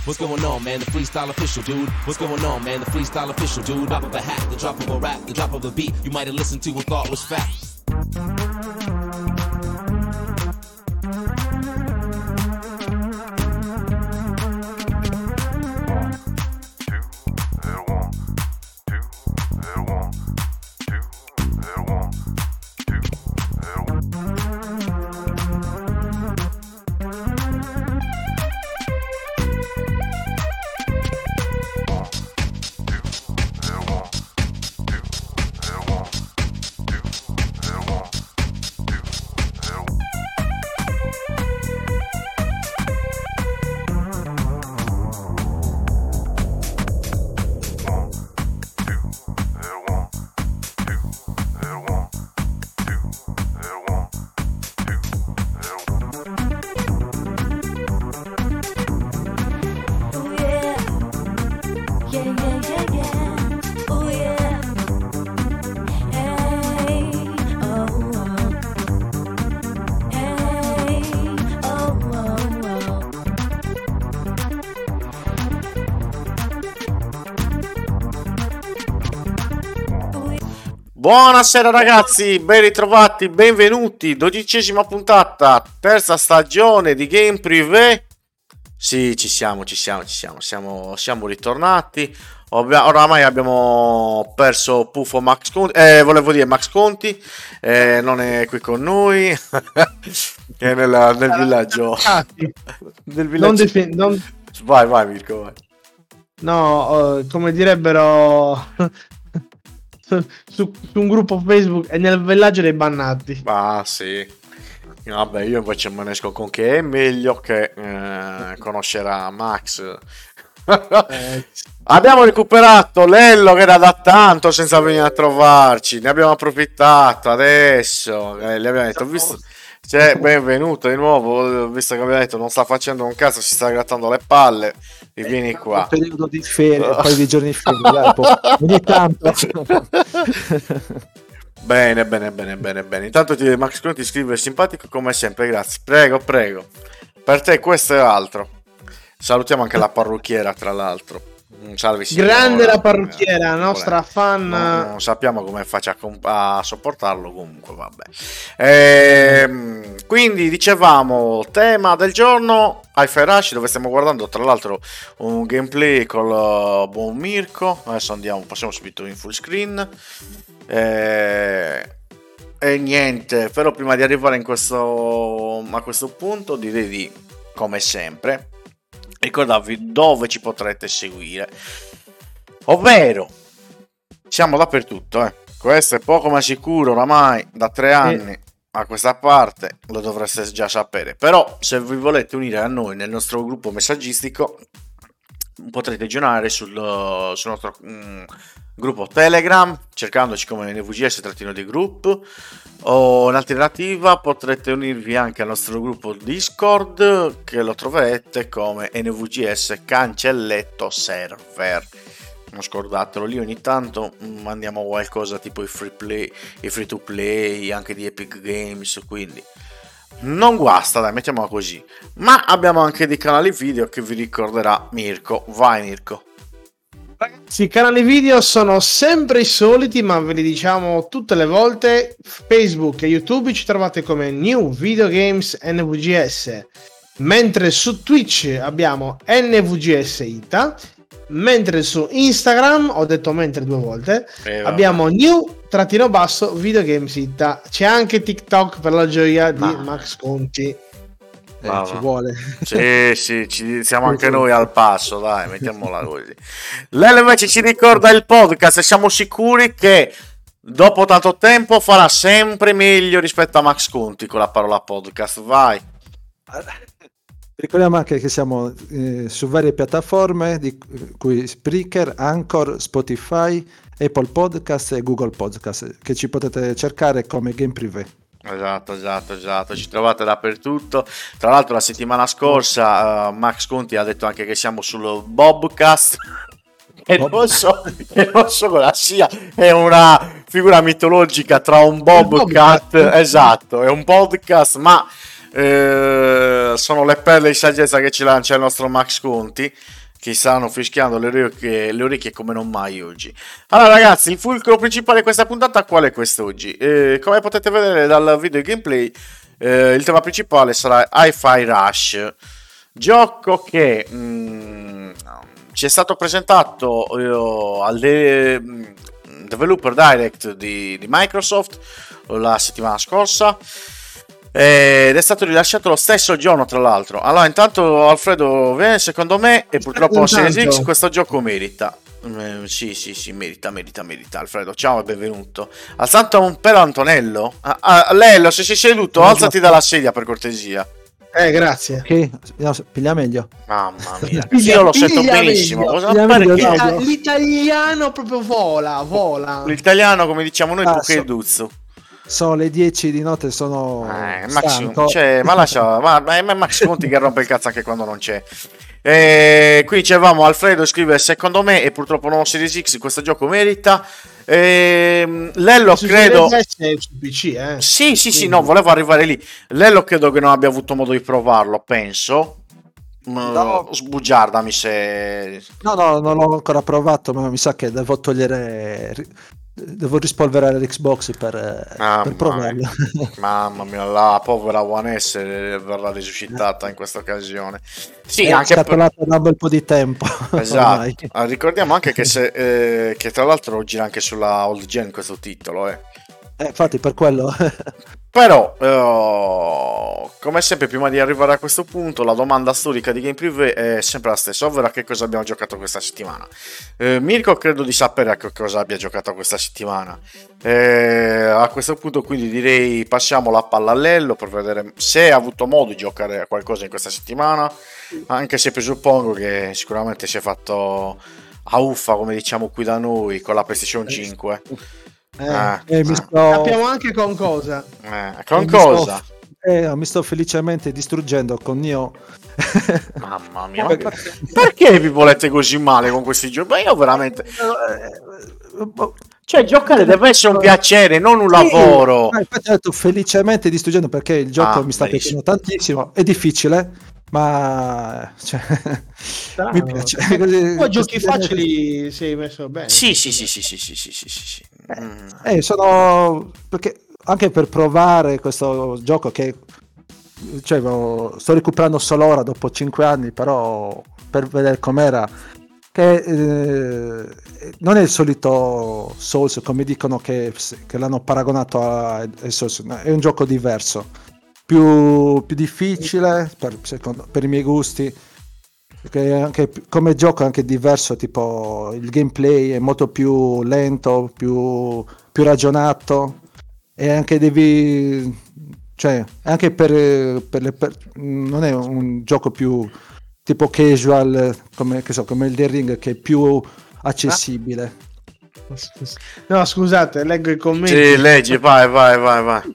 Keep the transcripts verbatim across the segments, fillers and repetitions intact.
What's going on, man? The freestyle official, dude. What's going on, man? The freestyle official, dude. Drop of a hat, the drop of a rap, the drop of a beat. You might have listened to and thought was fact. Buonasera ragazzi, ben ritrovati, benvenuti, dodicesima puntata, terza stagione di Game Privé. Sì, ci siamo, ci siamo, ci siamo, siamo, siamo ritornati. Oramai abbiamo perso Puffo Max Conti, eh, volevo dire Max Conti, eh, non è qui con noi, è nel, nel villaggio. Nel villaggio. Non defi- non... Vai, vai Mirko, vai. No, uh, come direbbero... Su, su un gruppo Facebook e nel villaggio dei bannati. Ah sì. Vabbè, io invece me ne esco con che è meglio che eh, conoscerà Max. eh. Abbiamo recuperato Lello che era da tanto senza venire a trovarci. Ne abbiamo approfittato adesso. Eh, gli abbiamo detto, visto, cioè, benvenuto di nuovo. Visto che abbiamo detto non sta facendo un cazzo, si sta grattando le palle. E vieni qua. Un periodo di ferie, un paio di giorni di ferie, dai, ogni tanto. Bene, bene, bene, bene, bene. Intanto ti, Max Conti scrive simpatico come sempre, grazie. Prego, prego. Per te questo è altro. Salutiamo anche la parrucchiera, tra l'altro. Salve signora. Grande la parrucchiera, nostra fan. Non, non sappiamo come faccia a, comp- a sopportarlo, comunque vabbè. Ehm, quindi dicevamo, tema del giorno, Hi-Fi Rush, dove stiamo guardando tra l'altro un gameplay col uh, buon Mirko. Adesso andiamo, passiamo subito in full screen. E, e niente, però prima di arrivare in questo, a questo punto direi di, come sempre, ricordarvi dove ci potrete seguire, ovvero siamo dappertutto, eh. Questo è poco ma sicuro, oramai da tre anni eh. a questa parte lo dovreste già sapere, però se vi volete unire a noi nel nostro gruppo messaggistico potrete aggiornare sul, sul nostro mm, gruppo Telegram cercandoci come N V G S-di group, o in alternativa potrete unirvi anche al nostro gruppo Discord che lo troverete come N V G S cancelletto server. Non scordatelo, lì ogni tanto mandiamo qualcosa tipo i free play, i free to play anche di Epic Games, quindi non guasta, dai, mettiamola così. Ma abbiamo anche dei canali video che vi ricorderà Mirko. Vai Mirko. Ragazzi, i canali video sono sempre i soliti, ma ve li diciamo tutte le volte. Facebook e YouTube ci trovate come New Video Games N V G S, mentre su Twitch abbiamo N V G S Ita, mentre su Instagram, ho detto mentre due volte, eh, abbiamo New trattino basso Video Games Ita. C'è anche TikTok per la gioia di no. Max Conti. Eh, ci vuole. Sì, sì, ci, siamo anche noi al passo, dai, mettiamola così. Lei invece ci ricorda il podcast e siamo sicuri che dopo tanto tempo farà sempre meglio rispetto a Max Conti con la parola podcast. Vai. Ricordiamo anche che siamo eh, su varie piattaforme, di cui Spreaker, Anchor, Spotify, Apple Podcast e Google Podcast, che ci potete cercare come Game Privé. Esatto, esatto, esatto, ci trovate dappertutto. Tra l'altro la settimana scorsa uh, Max Conti ha detto anche che siamo sul Bobcast e Bob. non so, e non so cosa sia, è una figura mitologica tra un Bobcat, esatto, è un podcast, ma eh, sono le perle di saggezza che ci lancia il nostro Max Conti. che stanno fischiando le orecchie, le orecchie come non mai oggi. Allora ragazzi, il fulcro principale di questa puntata qual è quest'oggi? Eh, come potete vedere dal video gameplay, eh, il tema principale sarà Hi-Fi Rush, gioco che mh, ci è stato presentato eh, al de- Developer Direct di, di Microsoft la settimana scorsa ed è stato rilasciato lo stesso giorno, tra l'altro. Allora intanto Alfredo viene, secondo me, e purtroppo Series X questo gioco merita. Eh, sì sì sì merita merita merita Alfredo, ciao e benvenuto. Alzate un pelo Antonello. Ah, ah, Lello, se sei seduto alzati dalla sedia per cortesia. Eh, grazie. Ok, no, piglia meglio. Mamma mia, io lo sento benissimo. Cosa perché? L'ita- l'italiano proprio vola, vola. L'italiano, come diciamo noi, Ah, tu che so- duzzo. Sono le dieci di notte, sono Eh, Maxi, stanco. cioè, ma lascia, ma, ma, ma Max Conti che rompe il cazzo anche quando non c'è. E qui dicevamo, Alfredo scrive secondo me e purtroppo non Series X questo gioco merita. E, Lello Su credo Series S e su P C, eh. sì sì sì no, volevo arrivare lì. Lello credo che non abbia avuto modo di provarlo, penso. No. Sbugiardami se No, no, non l'ho ancora provato, ma mi sa che devo togliere, devo rispolverare l'Xbox per, Mamma per provarlo. Mamma mia, la povera One S verrà risuscitata in questa occasione. Sì, È anche per... scatolata da un bel po' di tempo. Esatto. ormai. Ah, ricordiamo anche che, se, eh, che tra l'altro gira anche sulla old gen questo titolo, eh. Eh, infatti per quello. Però, eh, come sempre, prima di arrivare a questo punto, la domanda storica di Game Privé è sempre la stessa, ovvero a che cosa abbiamo giocato questa settimana. Eh, Mirko credo di sapere a che cosa abbia giocato questa settimana. Eh, a questo punto quindi direi passiamo la palla a Lello per vedere se ha avuto modo di giocare a qualcosa in questa settimana, anche se presuppongo che sicuramente si è fatto a uffa, come diciamo qui da noi, con la PlayStation cinque. Eh, Ah, Eh, mi ah, sto, Sappiamo anche con cosa. eh, con mi cosa? sto- eh, mi sto felicemente distruggendo con Nioh. Mamma mia, ma perché, perché vi volete così male con questi giochi? Ma io veramente... Cioè, giocare deve essere un piacere, non un lavoro. Sì, infatti ho detto felicemente distruggendo perché il gioco Ah, mi sta benissimo. piacendo tantissimo, è difficile, ma cioè, mi piace. Così- Poi giochi così- facili sei messo bene. Sì, sì, sì, sì, sì, sì, sì, sì, sì, sì. Mm. Eh, sono perché anche per provare questo gioco che cioè, lo- sto recuperando solo ora dopo cinque anni, però per vedere com'era, che eh, non è il solito Souls come dicono che, che l'hanno paragonato a, a Souls, è un gioco diverso, più, più difficile per, secondo, per i miei gusti, che anche come gioco è anche diverso, tipo il gameplay è molto più lento, più, più ragionato e anche devi cioè anche per, per le per, non è un gioco più tipo casual come, che so, come il The Ring, che è più accessibile. No, scusate, leggo i commenti. Sì, leggi, vai, vai, vai, vai.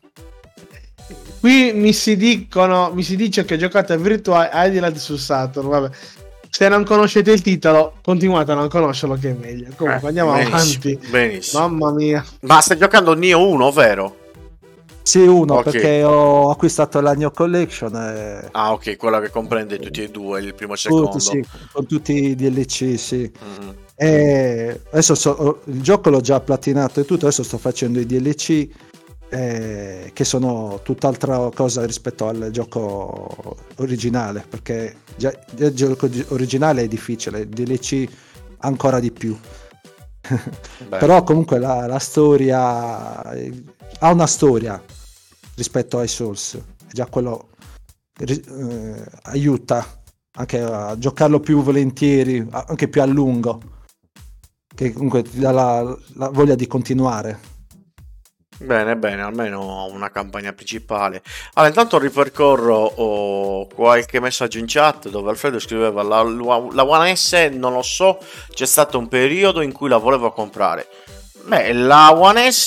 Qui mi si dicono, mi si dice che giocate a Virtua Island su Saturn. Vabbè. Se non conoscete il titolo, continuate a non conoscerlo, che è meglio. Comunque, Eh, andiamo benissimo, avanti. benissimo. Mamma mia. Ma stai giocando Nioh uno, vero? Sì, uno, Ok. perché ho acquistato la Nioh Collection e Ah, ok, quella che comprende tutti e due, il primo e il secondo. tutti, sì, con tutti i D L C, sì. Mhm. E adesso so- il gioco l'ho già platinato e tutto, adesso sto facendo i D L C eh, che sono tutt'altra cosa rispetto al gioco originale, perché già, già il gioco gi- originale è difficile, il D L C ancora di più. Beh. Però comunque la, la storia eh, ha una storia rispetto ai Souls, già quello ri- eh, aiuta anche a giocarlo più volentieri, a- anche più a lungo, che comunque ti dà la, la voglia di continuare. Bene, bene, almeno una campagna principale. Allora, intanto ripercorro oh, qualche messaggio in chat dove Alfredo scriveva la, la One S, non lo so, c'è stato un periodo in cui la volevo comprare. Beh, la One S,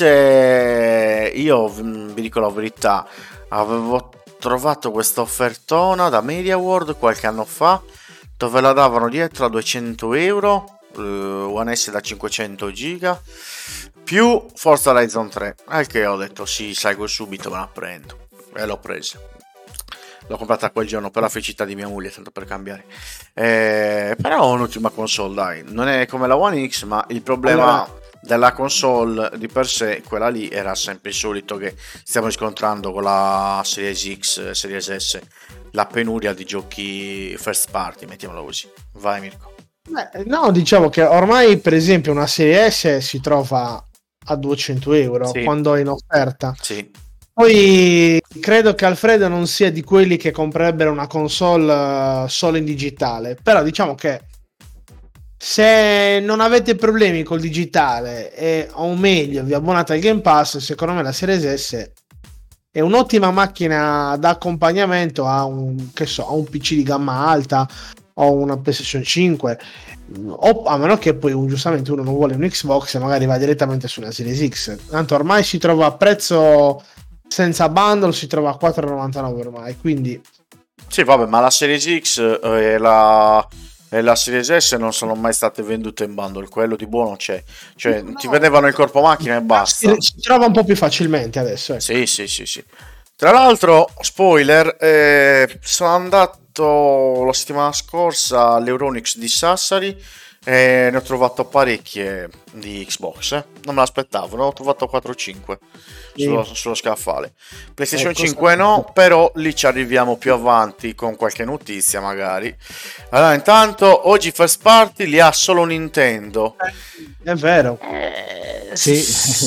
io mm, vi dico la verità, avevo trovato questa offertona da MediaWorld qualche anno fa, dove la davano dietro a duecento euro, eh, One S da cinquecento giga, più Forza Horizon tre, al che ho detto sì, salgo subito, me la prendo, e l'ho presa. l'ho comprata quel giorno per la felicità di mia moglie, tanto per cambiare. Eh, però è un'ultima console, dai, non è come la One X, ma il problema Allora, della console di per sé, quella lì, era sempre il solito che stiamo riscontrando con la Series X, Series S, la penuria di giochi first party, mettiamolo così. Vai Mirko. beh, no, diciamo che ormai, per esempio, una Serie S si trova a duecento euro Sì. quando è in offerta. Sì. Poi credo che Alfredo non sia di quelli che comprerebbero una console eh, solo in digitale, però diciamo che se non avete problemi col digitale e o meglio vi abbonate al Game Pass, secondo me la Series S è un'ottima macchina da accompagnamento a un, che so, a un P C di gamma alta o una PlayStation cinque, o a meno che poi un- giustamente uno non vuole un Xbox e magari va direttamente su una Series X. Tanto ormai si trova a prezzo senza bundle, si trova a quattro e novantanove ormai, quindi Sì, vabbè, ma la Series X e la, e la Series S non sono mai state vendute in bundle, quello di buono c'è. Cioè, No. ti vendevano il corpo macchina e basta. si, si trova un po' più facilmente adesso, ecco. Sì, sì, sì, sì. Tra l'altro, spoiler, eh, sono andato la settimana scorsa all'Euronix di Sassari e ne ho trovato parecchie di Xbox. eh. Non me l'aspettavo, ne ho trovato quattro o cinque sullo, sullo scaffale. PlayStation Eh, costa- cinque no, però lì ci arriviamo più avanti con qualche notizia magari. Allora, intanto, oggi first party li ha solo Nintendo. È vero, Sì,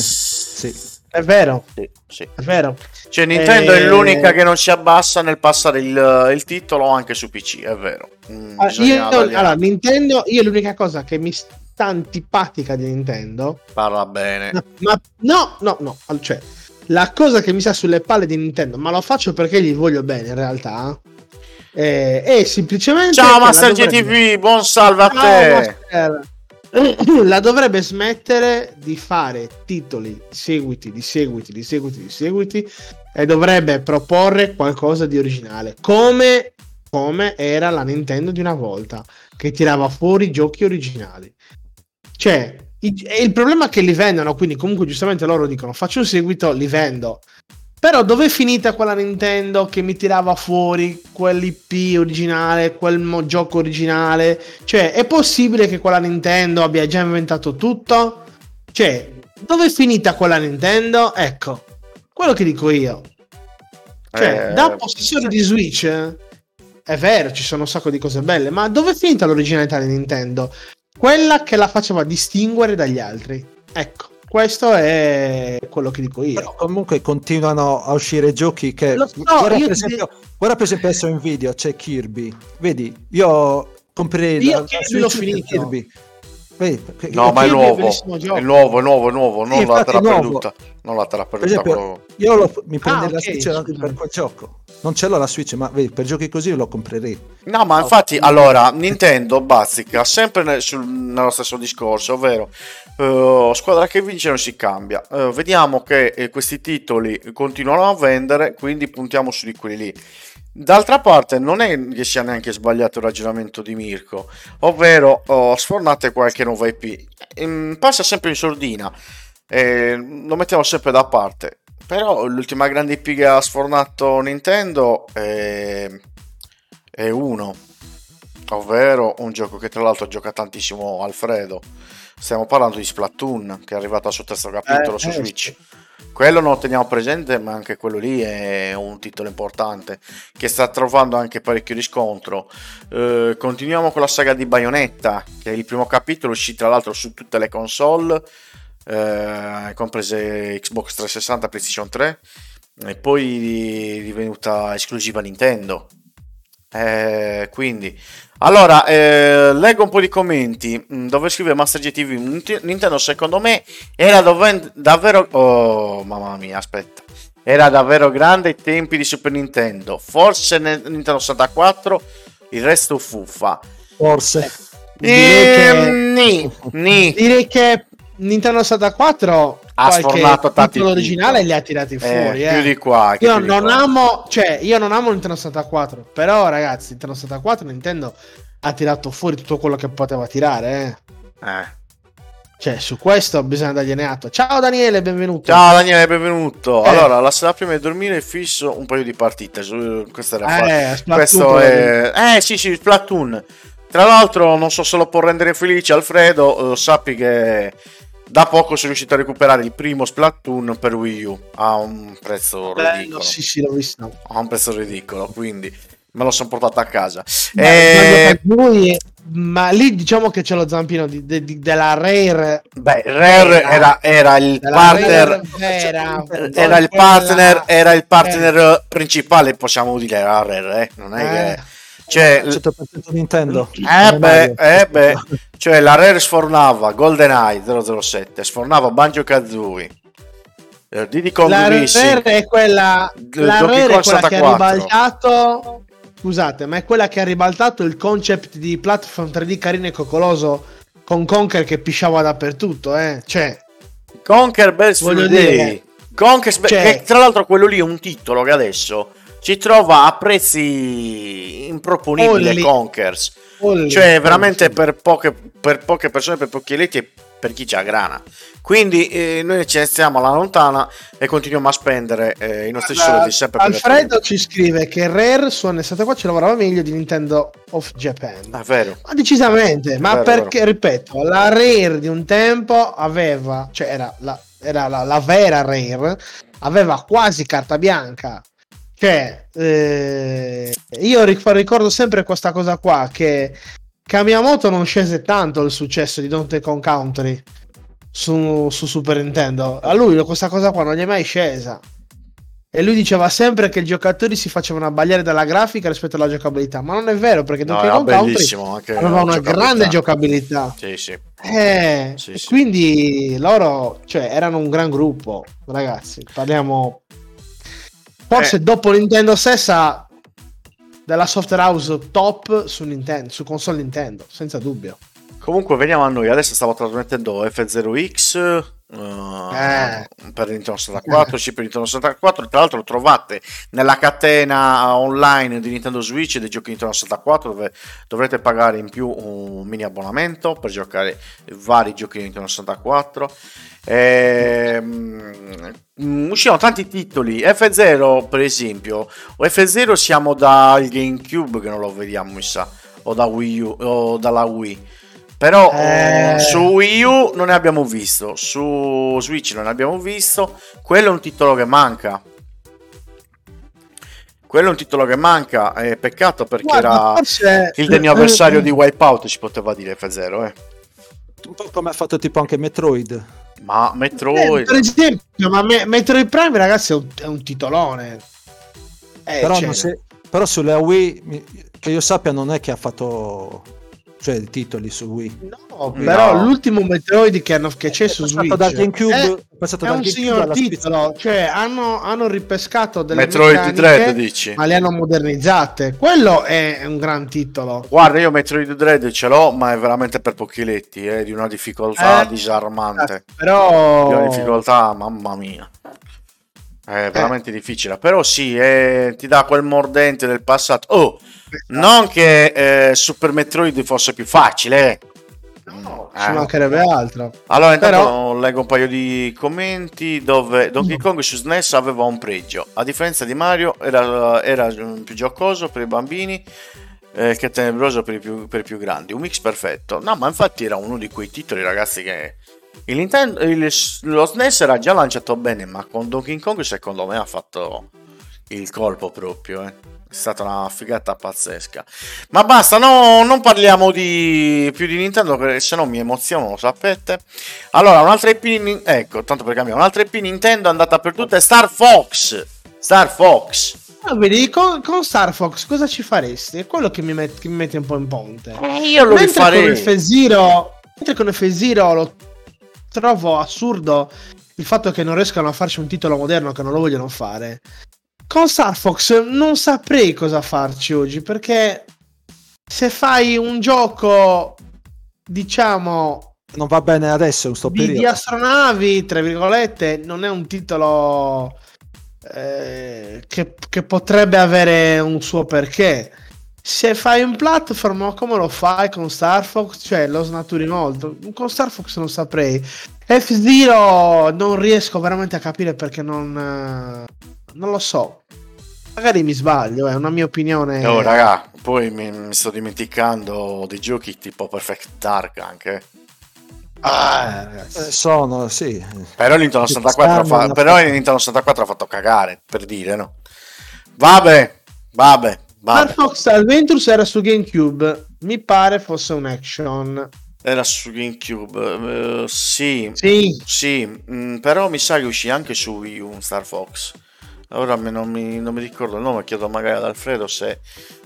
sì. è vero, Sì, sì. è vero. Cioè Nintendo è Eh, l'unica che non si abbassa nel passare il, il titolo anche su P C, è vero. Mm, Ah, bisogna io, dargli- allora, Nintendo, io l'unica cosa che mi sta antipatica di Nintendo, Parla bene. ma, ma- no, no, no, al- cioè, la cosa che mi sta sulle palle di Nintendo, ma lo faccio perché gli voglio bene in realtà, eh, è semplicemente Ciao che la Master dovrebbe- G T V, buon salve a Ciao, te. Master. La dovrebbe smettere di fare titoli, seguiti, di seguiti, di seguiti, di seguiti e dovrebbe proporre qualcosa di originale, come, come era la Nintendo di una volta, che tirava fuori giochi originali. Cioè, i- e il problema è che li vendono, quindi comunque giustamente loro dicono faccio un seguito, li vendo. Però dov'è finita quella Nintendo che mi tirava fuori quell'I P originale, quel mo- gioco originale? Cioè, è possibile che quella Nintendo abbia già inventato tutto? Cioè, dov'è finita quella Nintendo? Ecco, quello che dico io. Cioè, Eh, da possessore di Switch, eh, è vero, ci sono un sacco di cose belle, ma dov'è finita l'originalità di Nintendo? Quella che la faceva distinguere dagli altri. Ecco, questo è quello che dico io. Però comunque continuano a uscire giochi che Lo so, guarda, io per ti- esempio, guarda per esempio adesso in video c'è Kirby, vedi, io comprerei Io la- la Kirby l'ho Switch per finito. Kirby. Vedi, che- no, ma è Kirby è un nuovo. bellissimo gioco. È nuovo, è nuovo, è nuovo. Non Sì, la infatti terra è nuovo. perduta. Non la terra per perduta. esempio quello- io lo- mi prenderei Ah, la ok, Switch anche scusami. per quel gioco, non ce l'ho la Switch, ma vedi, per giochi così lo comprerei. No, ma infatti, allora, Nintendo bazzica sempre nel- sul- nello stesso discorso, ovvero eh, squadra che vince non si cambia. Eh, vediamo che eh, questi titoli continuano a vendere, quindi puntiamo su di quelli lì. D'altra parte, non è che sia neanche sbagliato il ragionamento di Mirko, ovvero oh, sfornate qualche nuova I P. Ehm, passa sempre in sordina, eh, lo mettiamo sempre da parte. Però l'ultima grande I P che ha sfornato Nintendo è, è uno, ovvero un gioco che tra l'altro gioca tantissimo Alfredo. Stiamo parlando di Splatoon, che è arrivato al suo terzo capitolo Eh, su eh, Switch. sì. Quello non lo teniamo presente, ma anche quello lì è un titolo importante che sta trovando anche parecchio riscontro. Eh, continuiamo con la saga di Bayonetta, che è il primo capitolo, uscì tra l'altro su tutte le console, eh, comprese Xbox trecentosessanta, PlayStation tre, e poi divenuta esclusiva Nintendo. Eh, quindi allora eh, leggo un po' di commenti mh, dove scrive Master G T V. Nint- Nintendo secondo me era dove- davvero oh mamma mia aspetta era davvero grande ai tempi di Super Nintendo, forse nel Nintendo sessantaquattro il resto fuffa. Forse. Direi che- Ehm, ni, ni. Direi che Nintendo sessantaquattro Ha qualche sfornato tanti titolo originale titoli. li ha tirati Eh, fuori. più eh. di qua che Io più di non qua. amo, cioè, io non amo Nintendo sessantaquattro, però ragazzi, Nintendo sessantaquattro Nintendo ha tirato fuori tutto quello che poteva tirare, eh. Eh. Cioè, su questo bisogna dargliene atto. Ciao Daniele, benvenuto. Ciao Daniele, benvenuto. Eh. Allora, la sera prima di dormire fisso un paio di partite. Su- Questo era Eh, fa- Questo è... Eh sì, sì, Splatoon. Tra l'altro, non so se lo può rendere felice Alfredo, eh, sappi che da poco sono riuscito a recuperare il primo Splatoon per Wii U a un prezzo Bello, ridicolo. sì, sì, l'ho visto. A un prezzo ridicolo, quindi me lo sono portato a casa. Beh, E... lui, ma lì diciamo che c'è lo zampino di, di- di- della Rare. Beh, Rare era, era il della partner, Rare vera, era il quella- partner, era il partner principale, possiamo dire, era Rare, eh? Non è Eh. che... Cioè, cento per cento Nintendo. eh Come beh, Mario. eh beh, cioè la Rare sfornava GoldenEye zero zero sette, sfornava Banjo-Kazooie, eh, Diddy Kong La Racing, Rare è quella, D- la Donkey Rare Kong è quella che ha sessantaquattro. ribaltato. Scusate, ma è quella che ha ribaltato il concept di platform tre D carino e coccoloso con Conker che pisciava dappertutto, eh. Cioè, Conker Best Voglio Free Day. dire, Conker Spe- cioè- che tra l'altro quello lì è un titolo che adesso si trova a prezzi improponibili. Folli. Conkers, folli, cioè folli, veramente folli. per poche, per poche persone, per pochi eletti e per chi c'ha grana. Quindi eh, noi ci stiamo alla lontana e continuiamo a spendere eh, i nostri Guarda, soldi sempre per Alfredo ci scrive che Rare su N settantaquattro ci lavorava meglio di Nintendo of Japan. È vero. Ma decisamente, ma Vero, perché, ripeto, la Rare di un tempo aveva, cioè era la, era la, la vera Rare, aveva quasi carta bianca. Cioè, eh, io ric- ricordo sempre questa cosa qua, che Kamiyamoto non scese tanto il successo di Donkey Kong Country su, su Super Nintendo. A lui questa cosa qua non gli è mai scesa. E lui diceva sempre che i giocatori si facevano abbagliare dalla grafica rispetto alla giocabilità, ma non è vero, perché No, Donkey era Kong Country bellissimo anche aveva la una giocabilità. grande giocabilità. Sì, sì. Eh, Sì, e sì. quindi loro, cioè, erano un gran gruppo, ragazzi. Parliamo forse Eh. dopo Nintendo stessa della software house top su Nintendo, su console Nintendo, senza dubbio. Comunque veniamo a noi, adesso stavo trasmettendo F zero X uh, Eh. per Nintendo sessantaquattro, sì, per Nintendo sessantaquattro, tra l'altro lo trovate nella catena online di Nintendo Switch dei giochi Nintendo sessantaquattro, dove dovrete pagare in più un mini abbonamento per giocare vari giochi di Nintendo sessantaquattro. Ehm, uscivano tanti titoli. F zero per esempio, o F zero siamo dal GameCube che non lo vediamo, mi sa, o da Wii U o dalla Wii. Però Eh. oh, su Wii U non ne abbiamo visto, su Switch non ne abbiamo visto. Quello è un titolo che manca. Quello è un titolo che manca. È peccato perché Guarda, era forse- il degno avversario di Wipeout, si poteva dire F zero, eh. Un po' come ha fatto tipo anche Metroid. Ma Eh, Metroid. per esempio, ma Me- Metroid Prime, ragazzi, è un, è un titolone. Eh, però, cioè, non si- però sulle Wii, mi- che io sappia, non è che ha fatto, cioè, i titoli su Wii. no, però No. l'ultimo Metroid che, hanno, che c'è su passato Switch dal GameCube, è, è passato è dal un GameCube signor alla Switch. titolo, cioè hanno, hanno ripescato delle Metroid meccaniche, Dread, dici? ma le hanno modernizzate. Quello è un gran titolo. Guarda, io Metroid Dread ce l'ho, ma è veramente per pochi letti, eh, di una difficoltà Eh, disarmante. Però Di una difficoltà, mamma mia. È veramente difficile. Però sì, eh, ti dà quel mordente del passato. Oh, non che eh, Super Metroid fosse più facile. eh. no, Eh. ci mancherebbe altro. Allora, intanto Però- leggo un paio di commenti dove Donkey Kong su S N E S aveva un pregio. A differenza di Mario, era, era più giocoso per i bambini eh, che tenebroso per i, più, per i più grandi. Un mix perfetto. No, ma infatti era uno di quei titoli, ragazzi, che il Nintendo, il- lo S N E S era già lanciato bene, ma con Donkey Kong secondo me ha fatto il colpo proprio, eh. È stata una figata pazzesca. Ma basta, no, non parliamo di più di Nintendo, perché se no mi emoziono, lo sapete. Allora, un'altra I P, ecco, tanto per cambiare, un'altra I P Nintendo è andata per tutte, è Star Fox. Star Fox. Ah, vedi, con, con Star Fox cosa ci faresti? È quello che mi, met- che mi mette un po' in ponte. Eh, io lo Mentre rifarei. con F Zero, mentre con F Zero lo trovo assurdo il fatto che non riescano a farci un titolo moderno, che non lo vogliono fare. Con Star Fox non saprei cosa farci oggi, perché se fai un gioco, diciamo, Non va bene adesso, in sto di, di periodo. astronavi, tra virgolette, non è un titolo eh, che, che potrebbe avere un suo perché. Se fai un platform, come lo fai con Star Fox? Cioè, lo snaturi molto. Con Star Fox non saprei. F-Zero non riesco veramente a capire perché non... non lo so. Magari mi sbaglio, è una mia opinione. Oh, raga, poi mi, mi sto dimenticando dei giochi tipo Perfect Dark anche. Ah, ragazzi. Eh, sono, sì. Però Nintendo sessantaquattro, fa, però Nintendo sessantaquattro ha fatto cagare, per dire, no? Vabbè, vabbè, vabbè. Star Fox Adventures era su GameCube. Mi pare fosse un action. Era su GameCube, uh, sì, Sì. sì, mh, però mi sa che uscì anche su Wii U Star Fox. Ora me- non, mi, non mi ricordo il nome, chiedo magari ad Alfredo se,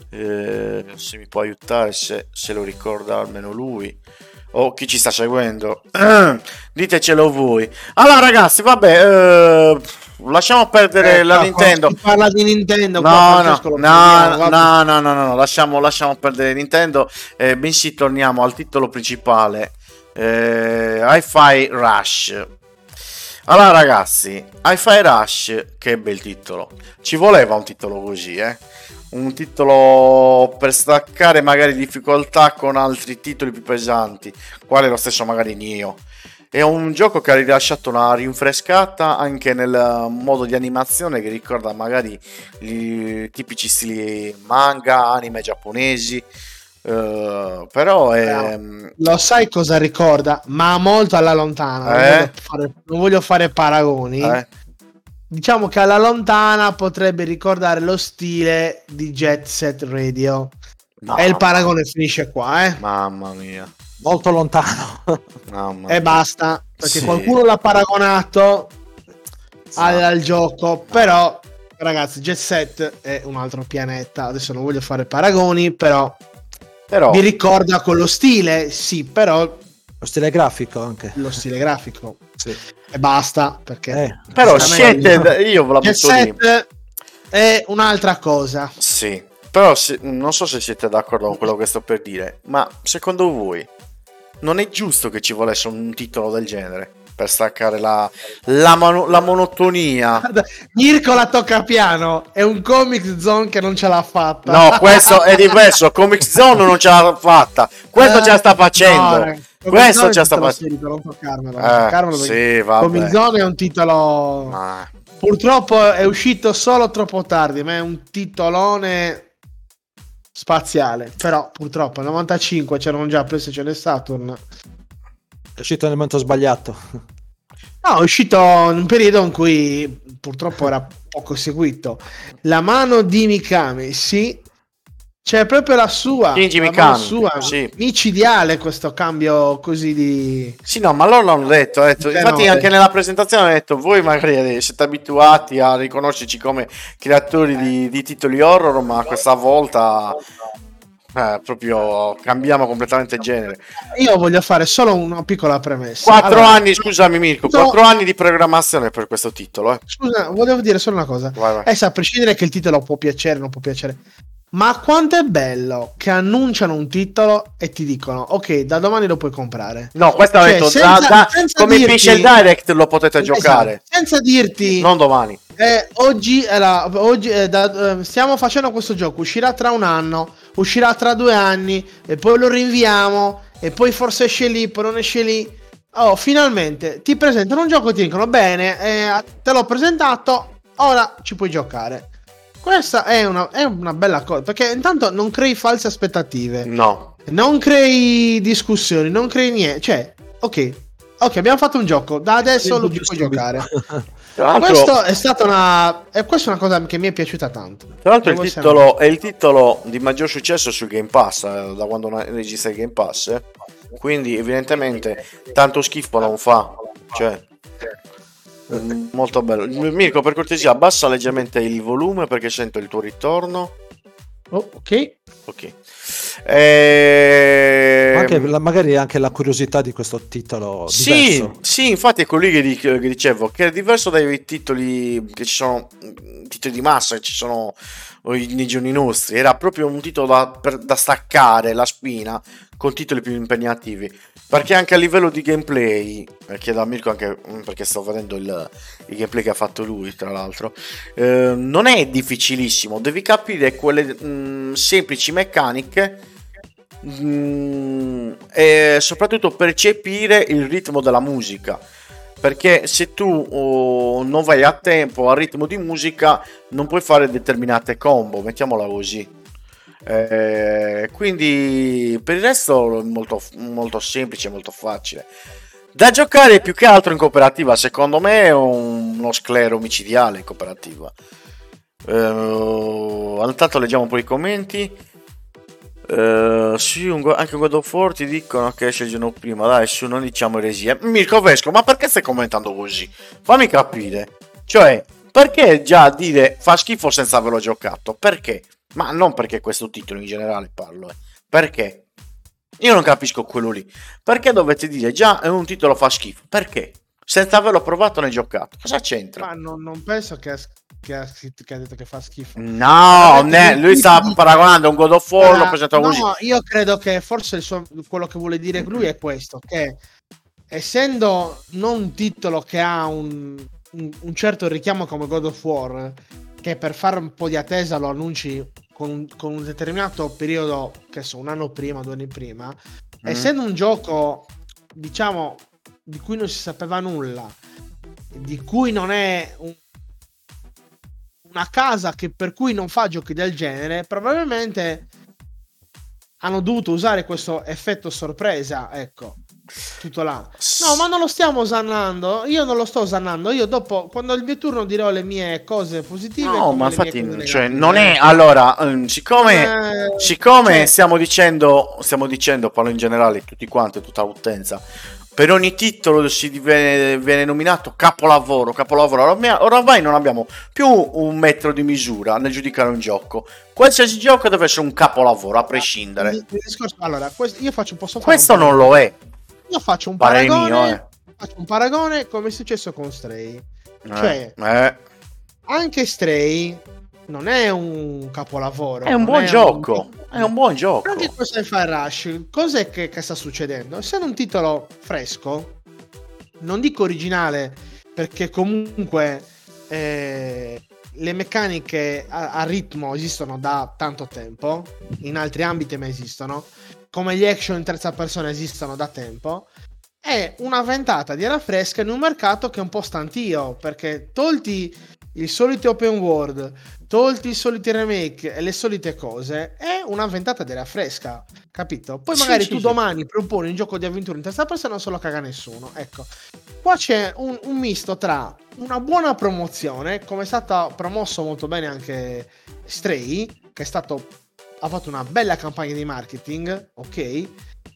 eh, se mi può aiutare, se, se lo ricorda almeno lui o chi ci sta seguendo. Ditecelo voi. Allora ragazzi, vabbè, eh, lasciamo perdere Eh, la no, Nintendo. Si parla di Nintendo. No, qua, no, Francesco, lo no, prendiamo, no, vabbè. no, no, no, no, lasciamo, lasciamo perdere Nintendo, eh, bensì torniamo al titolo principale, eh, Hi-Fi Rush. Allora ragazzi, Hi-Fi Rush, che bel titolo, ci voleva un titolo così, eh? Un titolo per staccare magari difficoltà con altri titoli più pesanti, quale lo stesso magari Nioh. È un gioco che ha rilasciato una rinfrescata anche nel modo di animazione che ricorda magari i tipici stili manga, anime giapponesi. Uh, però è... Lo sai cosa ricorda? Ma molto alla lontana. Eh? Non, voglio fare, non voglio fare paragoni. Eh? Diciamo che alla lontana potrebbe ricordare lo stile di Jet Set Radio. No, e il paragone finisce qua, eh. Mamma mia. Molto lontano. Mamma E mia. basta. Perché Sì. qualcuno l'ha paragonato Sì. al, al gioco. Però, ragazzi, Jet Set è un altro pianeta. Adesso non voglio fare paragoni, però... Però... Vi ricorda quello stile? Sì, però Lo stile grafico anche. lo stile grafico. Sì. E basta, perché... Eh, Però sinceramente, siete... Io ve la Jet butto lì. Set è un'altra cosa. Sì. Però se- non so se siete d'accordo con quello che sto per dire, ma secondo voi non è giusto che ci volesse un titolo del genere per staccare la, la, mono- la monotonia? Guarda, Mirko la tocca piano, è un Comic Zone che non ce l'ha fatta. No, questo è diverso. Comic Zone non ce l'ha fatta. Questo ce la sta facendo. No, raga, Comic Questo Zone ce la è sta titolo facendo. serico, non toccarmelo, non Eh, toccarmelo perché sì, vabbè. Comic Zone è un titolo... Ma... Purtroppo è uscito solo troppo tardi, ma è un titolone spaziale. Però purtroppo nel novantacinque c'erano già PlayStation e Saturn. È uscito nel momento sbagliato. No, è uscito in un periodo in cui purtroppo era poco seguito. La mano di Mikami, sì, c'è proprio la sua, Shinji la Mikami, mano sua, sì. micidiale questo cambio così di... Sì, no, ma loro l'hanno detto, ha detto. Eh, Infatti no, anche eh. nella presentazione hanno detto voi magari siete abituati a riconoscerci come creatori di, di titoli horror, ma questa volta eh, proprio cambiamo completamente genere. Io voglio fare solo una piccola premessa. Quattro Allora, anni, scusami Mirko, no. quattro anni di programmazione per questo titolo, eh. Scusa, volevo dire solo una cosa. Vai, vai. Adesso, a prescindere che il titolo può piacere o non può piacere, ma quanto è bello che annunciano un titolo e ti dicono ok, da domani lo puoi comprare. No, questo ha Cioè, detto senza- da- da- senza come dirti- Pixel Direct lo potete Esatto, giocare, senza dirti non domani. eh, oggi, è la- oggi è da- eh, stiamo facendo questo gioco, uscirà tra un anno, uscirà tra due anni e poi lo rinviamo e poi forse esce lì, poi non esce lì. Oh, finalmente ti presentano un gioco e ti dicono bene, eh, te l'ho presentato, ora ci puoi giocare. Questa è una, è una bella cosa, perché intanto non crei false aspettative, No. non crei discussioni, non crei niente. Cioè, ok, ok, abbiamo fatto un gioco, da adesso lo puoi giocare. Tra l'altro, Questo è stata una, è questa è una cosa che mi è piaciuta tanto. tra l'altro il Devo titolo è il titolo di maggior successo su Game Pass, eh, da quando na- registra il Game Pass, eh. Quindi evidentemente tanto schifo non fa, cioè mm, molto bello. Mirko, per cortesia abbassa leggermente il volume perché sento il tuo ritorno. Oh, ok. Ok. Ehm, Anche la- magari anche la curiosità di questo titolo Sì, diverso. sì, infatti è quello che, di- che dicevo, che è diverso dai titoli che ci sono, mm, titoli di massa, che ci sono nei giorni nostri, era proprio un titolo da, per, da staccare la spina con titoli più impegnativi, perché anche a livello di gameplay, chiedo a Mirko anche perché sto vedendo il, il gameplay che ha fatto lui tra l'altro, eh, non è difficilissimo, devi capire quelle mh, semplici meccaniche mh, e soprattutto percepire il ritmo della musica, perché se tu oh, non vai a tempo al ritmo di musica non puoi fare determinate combo, mettiamola così. Eh, quindi per il resto è molto, molto semplice, molto facile da giocare, più che altro in cooperativa. Secondo me è un, uno sclero micidiale in cooperativa. Eh, intanto leggiamo un po' i commenti. Uh, sì, un, anche un God of War ti dicono che esce il giorno prima. Dai, su, non diciamo eresie. Mirko Vesco, ma perché stai commentando così? Fammi capire. Cioè, perché già dire fa schifo senza averlo giocato? Perché? Ma non perché questo titolo in generale parlo, eh. Perché? Io non capisco quello lì. Perché dovete dire già è un titolo fa schifo? Perché? Senza averlo provato né giocato. Cosa c'entra? Ma non, non penso che ha, che, ha, che ha detto che fa schifo. No, ne, lui sta paragonando un God of War, lo presenta no, così. Io credo che forse il suo, quello che vuole dire lui è questo, che essendo non un titolo che ha un, un, un certo richiamo come God of War, che per fare un po' di attesa lo annunci con un, con un determinato periodo, che so, un anno prima, due anni prima, mm. essendo un gioco, diciamo, di cui non si sapeva nulla, di cui non è un, una casa che per cui non fa giochi del genere, probabilmente hanno dovuto usare questo effetto sorpresa, ecco, tutto là. No, ma non lo stiamo osannando, io non lo sto osannando, io dopo, quando è il mio turno, dirò le mie cose positive. No, ma infatti, cioè, non è, allora, siccome, eh, siccome cioè... stiamo dicendo, stiamo dicendo, parlo in generale, tutti quanti, tutta l'utenza, per ogni titolo si viene, viene nominato capolavoro, capolavoro. Oramai non abbiamo più un metro di misura nel giudicare un gioco. Qualsiasi gioco deve essere un capolavoro, a prescindere. Il, il discorso, allora, questo, io faccio, posso fare questo non lo è. Io faccio un paragone, mio, eh. faccio un paragone come è successo con Stray. Eh, cioè, eh. anche Stray non è un capolavoro. È un buon è gioco. Un... È un buon gioco. Anche questo è Fire Rush. Cos'è che, che sta succedendo? Essendo un titolo fresco, non dico originale, perché comunque eh, le meccaniche a, a ritmo esistono da tanto tempo, in altri ambiti ma esistono, come gli action in terza persona esistono da tempo. È una ventata di aria fresca in un mercato che è un po' stantio, perché tolti i soliti open world, tolti i soliti remake e le solite cose, è una ventata di aria fresca, capito? Poi magari sì, tu sì, domani sì. proponi un gioco di avventura in terza persona, non se lo caga nessuno. Ecco, qua c'è un, un misto tra una buona promozione, come è stata promosso molto bene anche Stray, che è stato ha fatto una bella campagna di marketing, ok?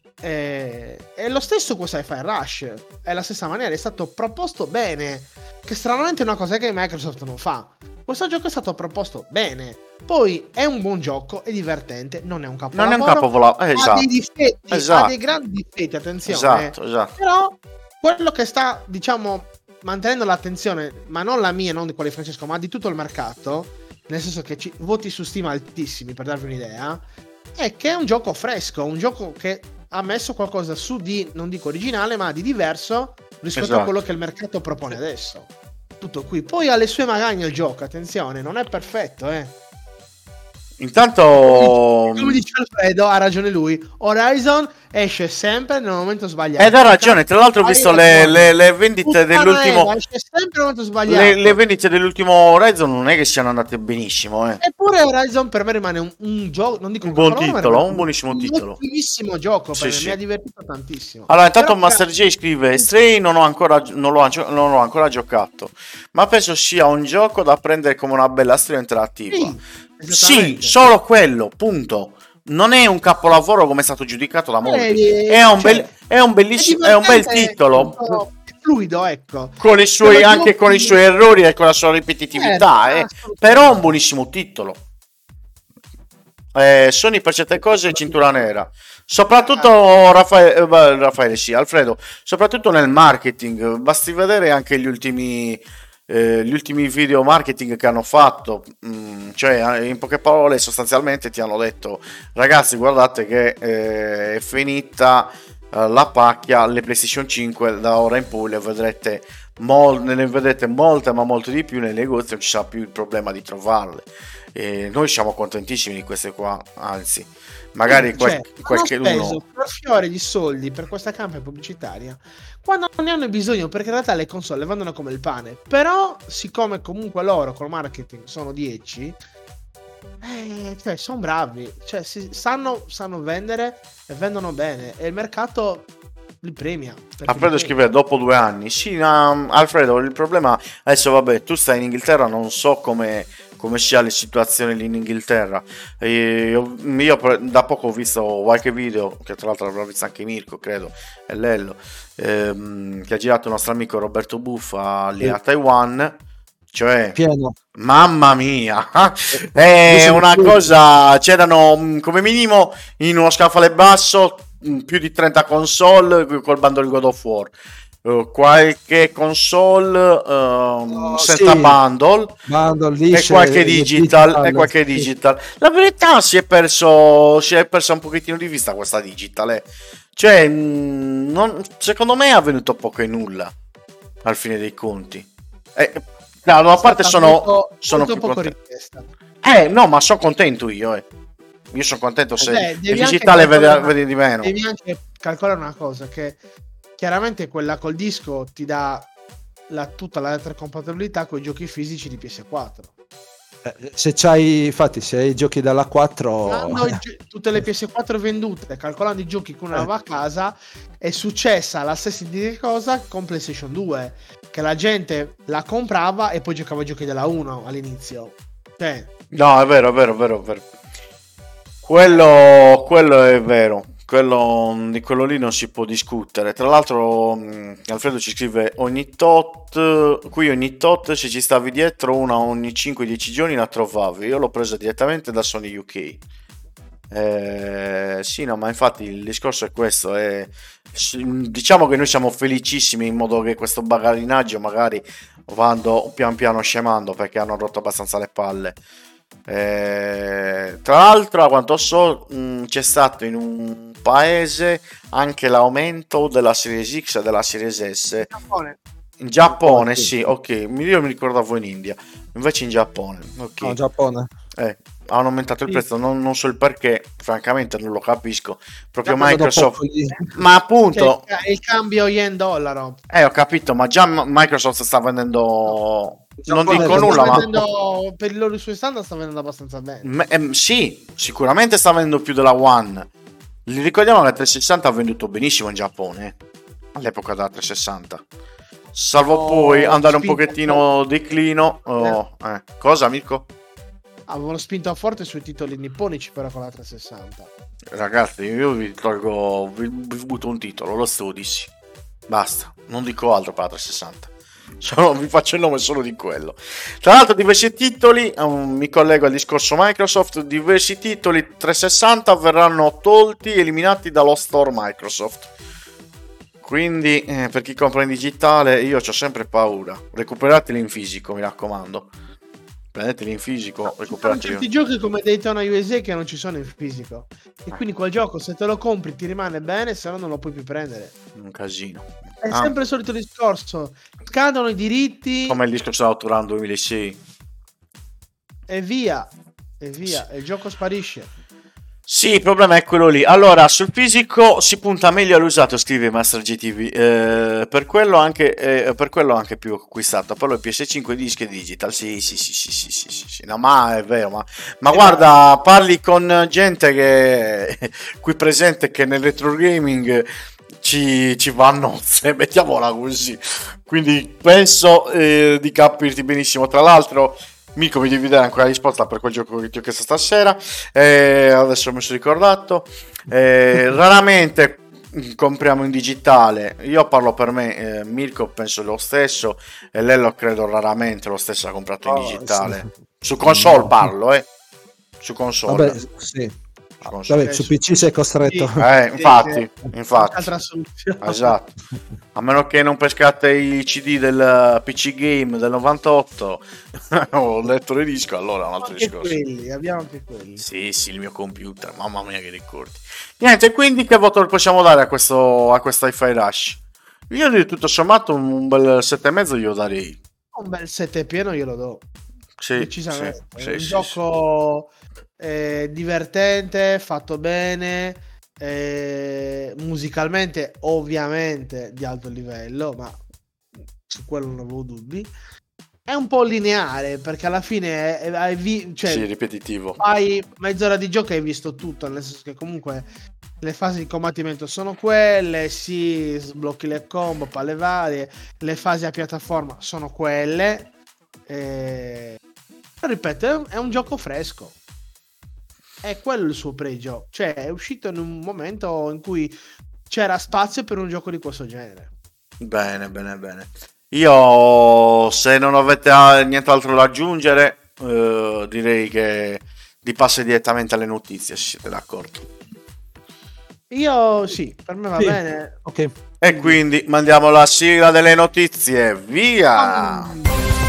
E, e lo stesso questo è Fire Rush, è la stessa maniera, è stato proposto bene, che stranamente è una cosa che Microsoft non fa. Questo gioco è stato proposto bene, poi è un buon gioco, è divertente, non è un capolavoro, non è un capolavoro, eh, esatto. ha dei difetti, esatto. ha dei grandi difetti, attenzione, esatto, esatto. Però quello che sta, diciamo, mantenendo l'attenzione, ma non la mia, non di quella di Francesco, ma di tutto il mercato, nel senso che ci, voti su Steam altissimi, per darvi un'idea, è che è un gioco fresco, un gioco che ha messo qualcosa su di, non dico originale, ma di diverso rispetto esatto. a quello che il mercato propone adesso. Tutto qui. Poi ha le sue magagne il gioco, attenzione, non è perfetto, eh. Intanto, come dice Alfredo, ha ragione lui. Horizon esce sempre nel momento sbagliato. Ed ha ragione. Tra l'altro, ho visto le, le, le vendite dell'ultimo. Eva, esce sempre nel momento sbagliato. Le, le vendite dell'ultimo Horizon non è che siano andate benissimo. Eh. Eppure, Horizon per me rimane un, un gioco. Non dico un, un buon parola, titolo, un buonissimo un titolo. Un buonissimo gioco. Sì, per sì. me mi ha divertito tantissimo. Allora, intanto Però, Master J scrive: Stray non, ho ancora, non, l'ho, non l'ho ancora giocato, ma penso sia un gioco da prendere come una bella storia interattiva. Sì. Sì, solo quello, punto. Non è un capolavoro come è stato giudicato da molti. È un, cioè, bel, è un bellissimo, è un bel titolo. È fluido, ecco. Con i suoi, Però anche io... con i suoi errori e con la sua ripetitività. Eh, eh. Però è un buonissimo titolo. Eh, Sony per certe cose cintura nera. Soprattutto Raffaele, Raffaele sì, Alfredo. Soprattutto nel marketing. Basti vedere anche gli ultimi. eh, gli ultimi video marketing che hanno fatto, mh, cioè in poche parole sostanzialmente ti hanno detto ragazzi guardate che eh, è finita eh, la pacchia, le PlayStation cinque da ora in poi le vedrete, mol- ne vedrete molte ma molte di più nei negozi, non ci sarà più il problema di trovarle. E noi siamo contentissimi di queste qua, anzi magari qual- cioè, qualche hanno speso uno per fiore di soldi per questa campagna pubblicitaria quando non ne hanno bisogno, perché in realtà le console le vendono come il pane. Però siccome comunque loro col marketing sono dieci, eh, cioè, sono bravi, cioè si, sanno, sanno vendere e vendono bene e il mercato li premia. perché Alfredo li scrive dopo due anni. Sì, ma, Alfredo, il problema adesso, vabbè, tu stai in Inghilterra, non so come, come sia la situazione lì in Inghilterra. E io, io per- da poco ho visto qualche video, che tra l'altro l'avrà visto anche Mirko, credo, e Lello, ehm, che ha girato il nostro amico Roberto Buffa lì Sì. a Taiwan. Cioè, Pieno. mamma mia, Io è sono una pieno. cosa. C'erano mm, come minimo in uno scaffale basso mm, più di trenta console col bundle God of War. Eh, qualche console ehm, Oh, senza sì. bundle Bundle, e lisce, qualche eh, digital, e qualche sì. digital. La verità si è perso, si è persa un pochettino di vista questa digital. eh. Cioè, mm, non- secondo me è avvenuto poco e nulla al fine dei conti. Eh, no, no, a parte Stata sono, molto, sono molto più poco contento. richiesta. Eh, no, ma sono contento io. Eh. Io sono contento se Beh, il devi anche digitale vede, calcolare- vede di meno. Devi anche calcolare una cosa, che chiaramente quella col disco ti dà la, tutta la retrocompatibilità con i giochi fisici di P S quattro. Eh, Se c'hai, infatti, se hai i giochi dalla quattro, Quando i gio- tutte le P S quattro vendute, calcolando i giochi che uno Eh. aveva a casa, è successa la stessa identica cosa con PlayStation due, che la gente la comprava e poi giocava ai giochi della uno all'inizio. Cioè, No, è vero, è vero, è vero, è vero. Quello, quello è vero. Quello, di quello lì non si può discutere. Tra l'altro, mh, Alfredo ci scrive ogni tot. Qui ogni tot, se ci stavi dietro, una ogni cinque dieci giorni la trovavi. Io l'ho presa direttamente da Sony U K. Eh, sì, no, ma infatti il discorso è questo. È, diciamo che noi siamo felicissimi in modo che questo bagarinaggio magari vado pian piano scemando perché hanno rotto abbastanza le palle. Eh, tra l'altro, a quanto so, mh, c'è stato in un paese anche l'aumento della Series X e della Series S. Giappone. In Giappone, sì. sì, ok. Io mi ricordavo in India, invece in Giappone, ok. no, Giappone. Eh, hanno aumentato il Sì. prezzo, non, non so il perché, francamente non lo capisco. Proprio Già vedo Microsoft, poco lì. ma appunto, Cioè, il cambio yen-dollaro. eh, ho capito, ma già M- Microsoft sta vendendo, non Giappone dico sta nulla, sta ma vendendo, per i loro suoi standard sta vendendo abbastanza bene. M- ehm, sì, sicuramente sta vendendo più della One. Li ricordiamo che la trecentosessanta ha venduto benissimo in Giappone, eh, all'epoca della trecentosessanta. Salvo Oh, poi andare un spinto pochettino declino. Oh, eh. Cosa, Mirko? Avevano spinto forte sui titoli nipponici però con la trecentosessanta. Ragazzi, io vi tolgo, vi, vi butto un titolo, lo Odyssey. Basta, non dico altro per la trecentosessanta. Solo, vi faccio il nome solo di quello. Tra l'altro, diversi titoli, um, mi collego al discorso Microsoft, diversi titoli trecentosessanta verranno tolti, eliminati dallo store Microsoft. Quindi, eh, per chi compra in digitale, io ho sempre paura. Recuperateli in fisico, mi raccomando. Prendeteli in fisico, Ci sono recuperateli. certi giochi come Daytona U S A che non ci sono in fisico. E quindi quel gioco, se te lo compri, ti rimane bene, se no non lo puoi più prendere. Un casino. È Ah, sempre il solito discorso. Scadono i diritti come il discorso dell'Autoran duemilasei. e via. E via. E il gioco sparisce. Sì, il problema è quello lì. Allora, sul fisico si punta meglio all'usato, scrive Master G T V. Eh, per quello anche eh, per quello anche più acquistato. Poi il P S cinque dischi e digital. Sì, sì, sì, sì, sì, sì, sì, sì. No, ma è vero, ma, ma guarda, parli con gente che qui presente che nel retro gaming ci, ci va a nozze, mettiamola così. Quindi penso eh, di capirti benissimo. Tra l'altro, Mirko, mi devi dare ancora la risposta per quel gioco che ti ho chiesto stasera. Eh, adesso mi sono ricordato. Eh, raramente compriamo in digitale. Io parlo per me, eh, Mirko penso lo stesso, e Lello credo raramente lo stesso ha comprato in Oh, digitale. sì. Su console No. parlo, eh. Su console. Vabbè, sì. Vabbè, su P C sei costretto. Sì. Eh, infatti, Sì, infatti. Altra soluzione. Esatto. A meno che non pescate i C D del P C Game del novantotto o il lettore disco, allora è un altro Anche discorso. quelli, abbiamo anche quelli. Sì, sì, il mio computer, mamma mia che ricordi. Niente, quindi che voto possiamo dare a questo a questa Hi-Fi Rush? Io di tutto sommato un bel sette e mezzo glielo darei. Un bel sette pieno glielo do. Sì, Decisamente. sì, sì, È un sì, gioco eh, divertente, fatto bene, eh, musicalmente ovviamente di alto livello, ma su quello non avevo dubbi. È un po' lineare perché alla fine è- hai vi- cioè, sì, ripetitivo. hai mezz'ora di gioco e hai visto tutto, nel senso che comunque le fasi di combattimento sono quelle, si sblocchi le combo, palle varie, le fasi a piattaforma sono quelle. E... però, ripeto, è un, è un gioco fresco. È quello il suo pregio. Cioè, è uscito in un momento in cui c'era spazio per un gioco di questo genere. Bene, bene, bene. Io, se non avete ah, nient'altro da aggiungere, eh, direi che di passo direttamente alle notizie, se siete d'accordo. Io sì, per me va Sì. bene. Ok. E quindi mandiamo la sigla delle notizie, via! Mm.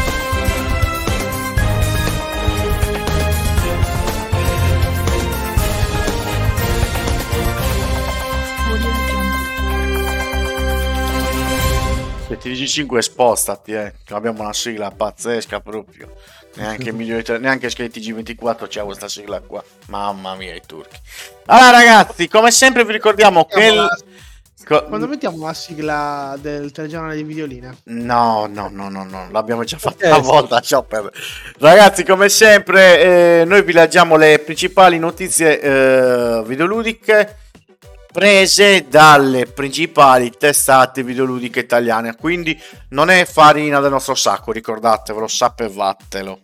Se ti dici cinque spostati, eh. Abbiamo una sigla pazzesca proprio. Neanche, migliori, neanche T G ventiquattro c'ha questa sigla qua. Mamma mia, i turchi. Allora ragazzi, come sempre vi ricordiamo che... il- co- Quando mettiamo la sigla del telegiornale di Videolina? No, no, no, no, no, l'abbiamo già fatta Eh, una sì. volta. ciao per- Ragazzi, come sempre, eh, noi vi leggiamo le principali notizie eh, videoludiche prese dalle principali testate videoludiche italiane. Quindi non è farina del nostro sacco, ricordatevelo, sapevatelo.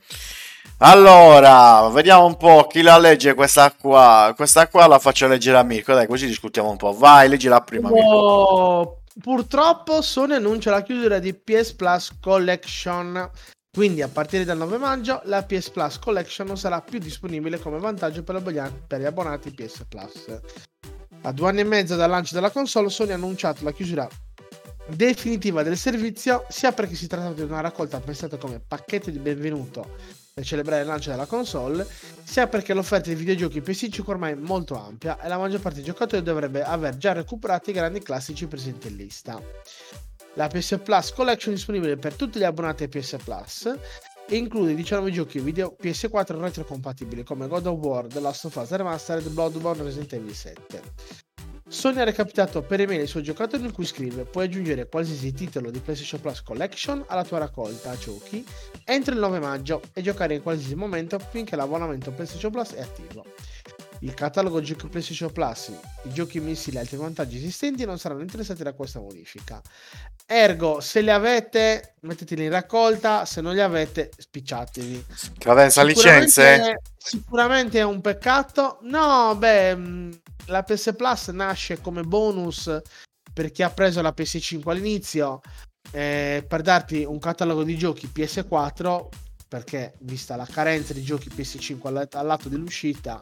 Allora, vediamo un po' chi la legge questa qua. Questa qua la faccio leggere a Mirko, dai, così discutiamo un po'. Vai, leggila prima, Mirko. Oh, purtroppo Sony annuncia la chiusura di P S Plus Collection. Quindi a partire dal nove maggio la P S Plus Collection non sarà più disponibile come vantaggio per, per gli abbonati P S Plus. A due anni e mezzo dal lancio della console, Sony ha annunciato la chiusura definitiva del servizio, sia perché si tratta di una raccolta pensata come pacchetto di benvenuto per celebrare il lancio della console, sia perché l'offerta di videogiochi P S cinque ormai è molto ampia e la maggior parte dei giocatori dovrebbe aver già recuperato i grandi classici presenti in lista. La P S Plus Collection è disponibile per tutti gli abbonati a P S Plus e include diciannove giochi video P S quattro retrocompatibili come God of War, The Last of Us Remastered, Bloodborne e Resident Evil sette. Sony ha recapitato per email i suoi giocatori in cui scrive: puoi aggiungere qualsiasi titolo di PlayStation Plus Collection alla tua raccolta giochi entro il nove maggio e giocare in qualsiasi momento finché l'abbonamento PlayStation Plus è attivo. Il catalogo giochi PlayStation Plus, i giochi mensili e altri vantaggi esistenti non saranno interessati da questa modifica. Ergo, se li avete, metteteli in raccolta, se non li avete, spicciatevi. Cadenza licenze? Sicuramente è un peccato. No, beh, mh, la P S Plus nasce come bonus per chi ha preso la P S cinque all'inizio, eh, per darti un catalogo di giochi P S quattro, perché vista la carenza di giochi P S cinque al, al lato dell'uscita,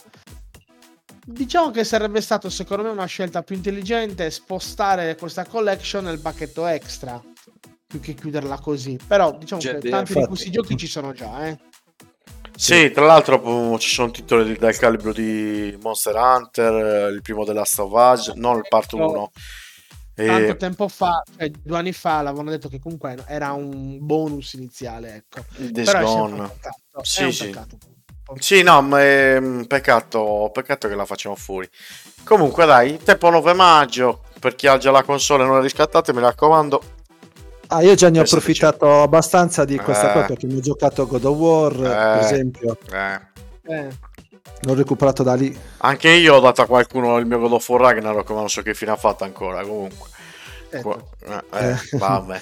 diciamo che sarebbe stato secondo me una scelta più intelligente spostare questa collection nel pacchetto extra più che chiuderla così. Però diciamo Gente, che tanti infatti. di questi giochi ci sono già, eh. Sì, tra l'altro uh, ci sono titoli di- del calibro di Monster Hunter, eh, il primo The Last of Us, non il part No. uno. Tanto E tempo fa, cioè due anni fa, l'avevano detto che comunque era un bonus iniziale, ecco. Days Però è sempre Gone. un peccato. Sì, è un sì. peccato. Sì, no, ma è un peccato, peccato che la facciamo fuori. Comunque dai, tempo nove maggio, per chi ha già la console e non la riscattate, mi raccomando. Ah, io già ne ho Questo approfittato abbastanza di questa Eh. cosa perché mi ho giocato God of War, per Eh. esempio, Eh, Eh, l'ho recuperato da lì. anche io ho dato a qualcuno il mio God of War Ragnarok, ma non so che fine ha fatto ancora, comunque. ecco. Eh, eh, vabbè.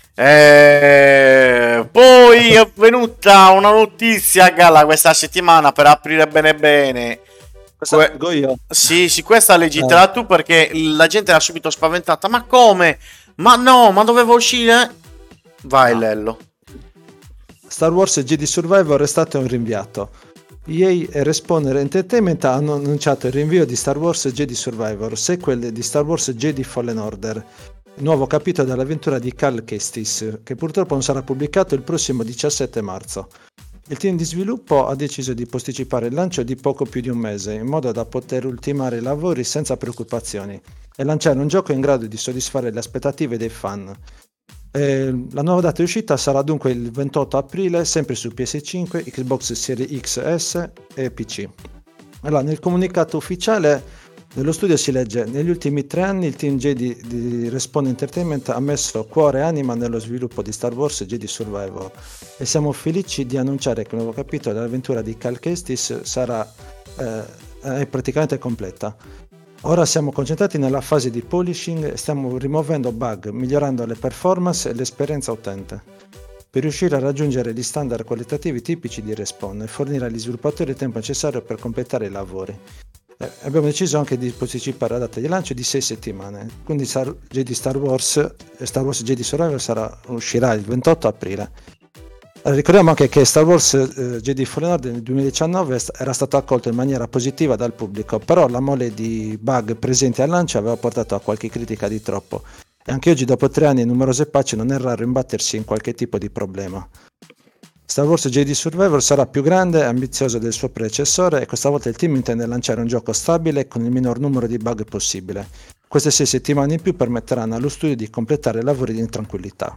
Eh, poi è venuta una notizia Galla questa settimana per aprire bene bene. Questa Que- leggo io. Sì, sì, questa leggitela tu perché la gente era subito spaventata. Ma come? Ma no, ma doveva uscire? Vai, No. Lello. Star Wars Jedi Survivor è stato rinviato. E A e Respawn Entertainment hanno annunciato il rinvio di Star Wars Jedi Survivor, sequel di Star Wars Jedi Fallen Order, nuovo capitolo dell'avventura di Cal Kestis, che purtroppo non sarà pubblicato il prossimo diciassette marzo. Il team di sviluppo ha deciso di posticipare il lancio di poco più di un mese, in modo da poter ultimare i lavori senza preoccupazioni e lanciare un gioco in grado di soddisfare le aspettative dei fan. Eh, la nuova data di uscita sarà dunque il ventotto aprile, sempre su P S cinque, Xbox Series X S e P C. Allora, nel comunicato ufficiale dello studio si legge: negli ultimi tre anni il team Jedi di Respawn Entertainment ha messo cuore e anima nello sviluppo di Star Wars Jedi Survivor e siamo felici di annunciare che il nuovo capitolo dell'avventura di Cal Kestis sarà eh, è praticamente completa. Ora siamo concentrati nella fase di polishing e stiamo rimuovendo bug, migliorando le performance e l'esperienza utente, per riuscire a raggiungere gli standard qualitativi tipici di Respawn e fornire agli sviluppatori il tempo necessario per completare i lavori. Eh, abbiamo deciso anche di posticipare la data di lancio di sei settimane, quindi Star, Jedi Star Wars e Star Wars Jedi Survivor sarà, uscirà il ventotto aprile. Ricordiamo anche che Star Wars eh, Jedi Fallen Order nel duemiladiciannove era stato accolto in maniera positiva dal pubblico, però la mole di bug presenti al lancio aveva portato a qualche critica di troppo e anche oggi, dopo tre anni e numerose patch, non è raro imbattersi in qualche tipo di problema. Star Wars Jedi Survivor sarà più grande e ambizioso del suo predecessore e questa volta il team intende lanciare un gioco stabile con il minor numero di bug possibile. Queste sei settimane in più permetteranno allo studio di completare i lavori in tranquillità.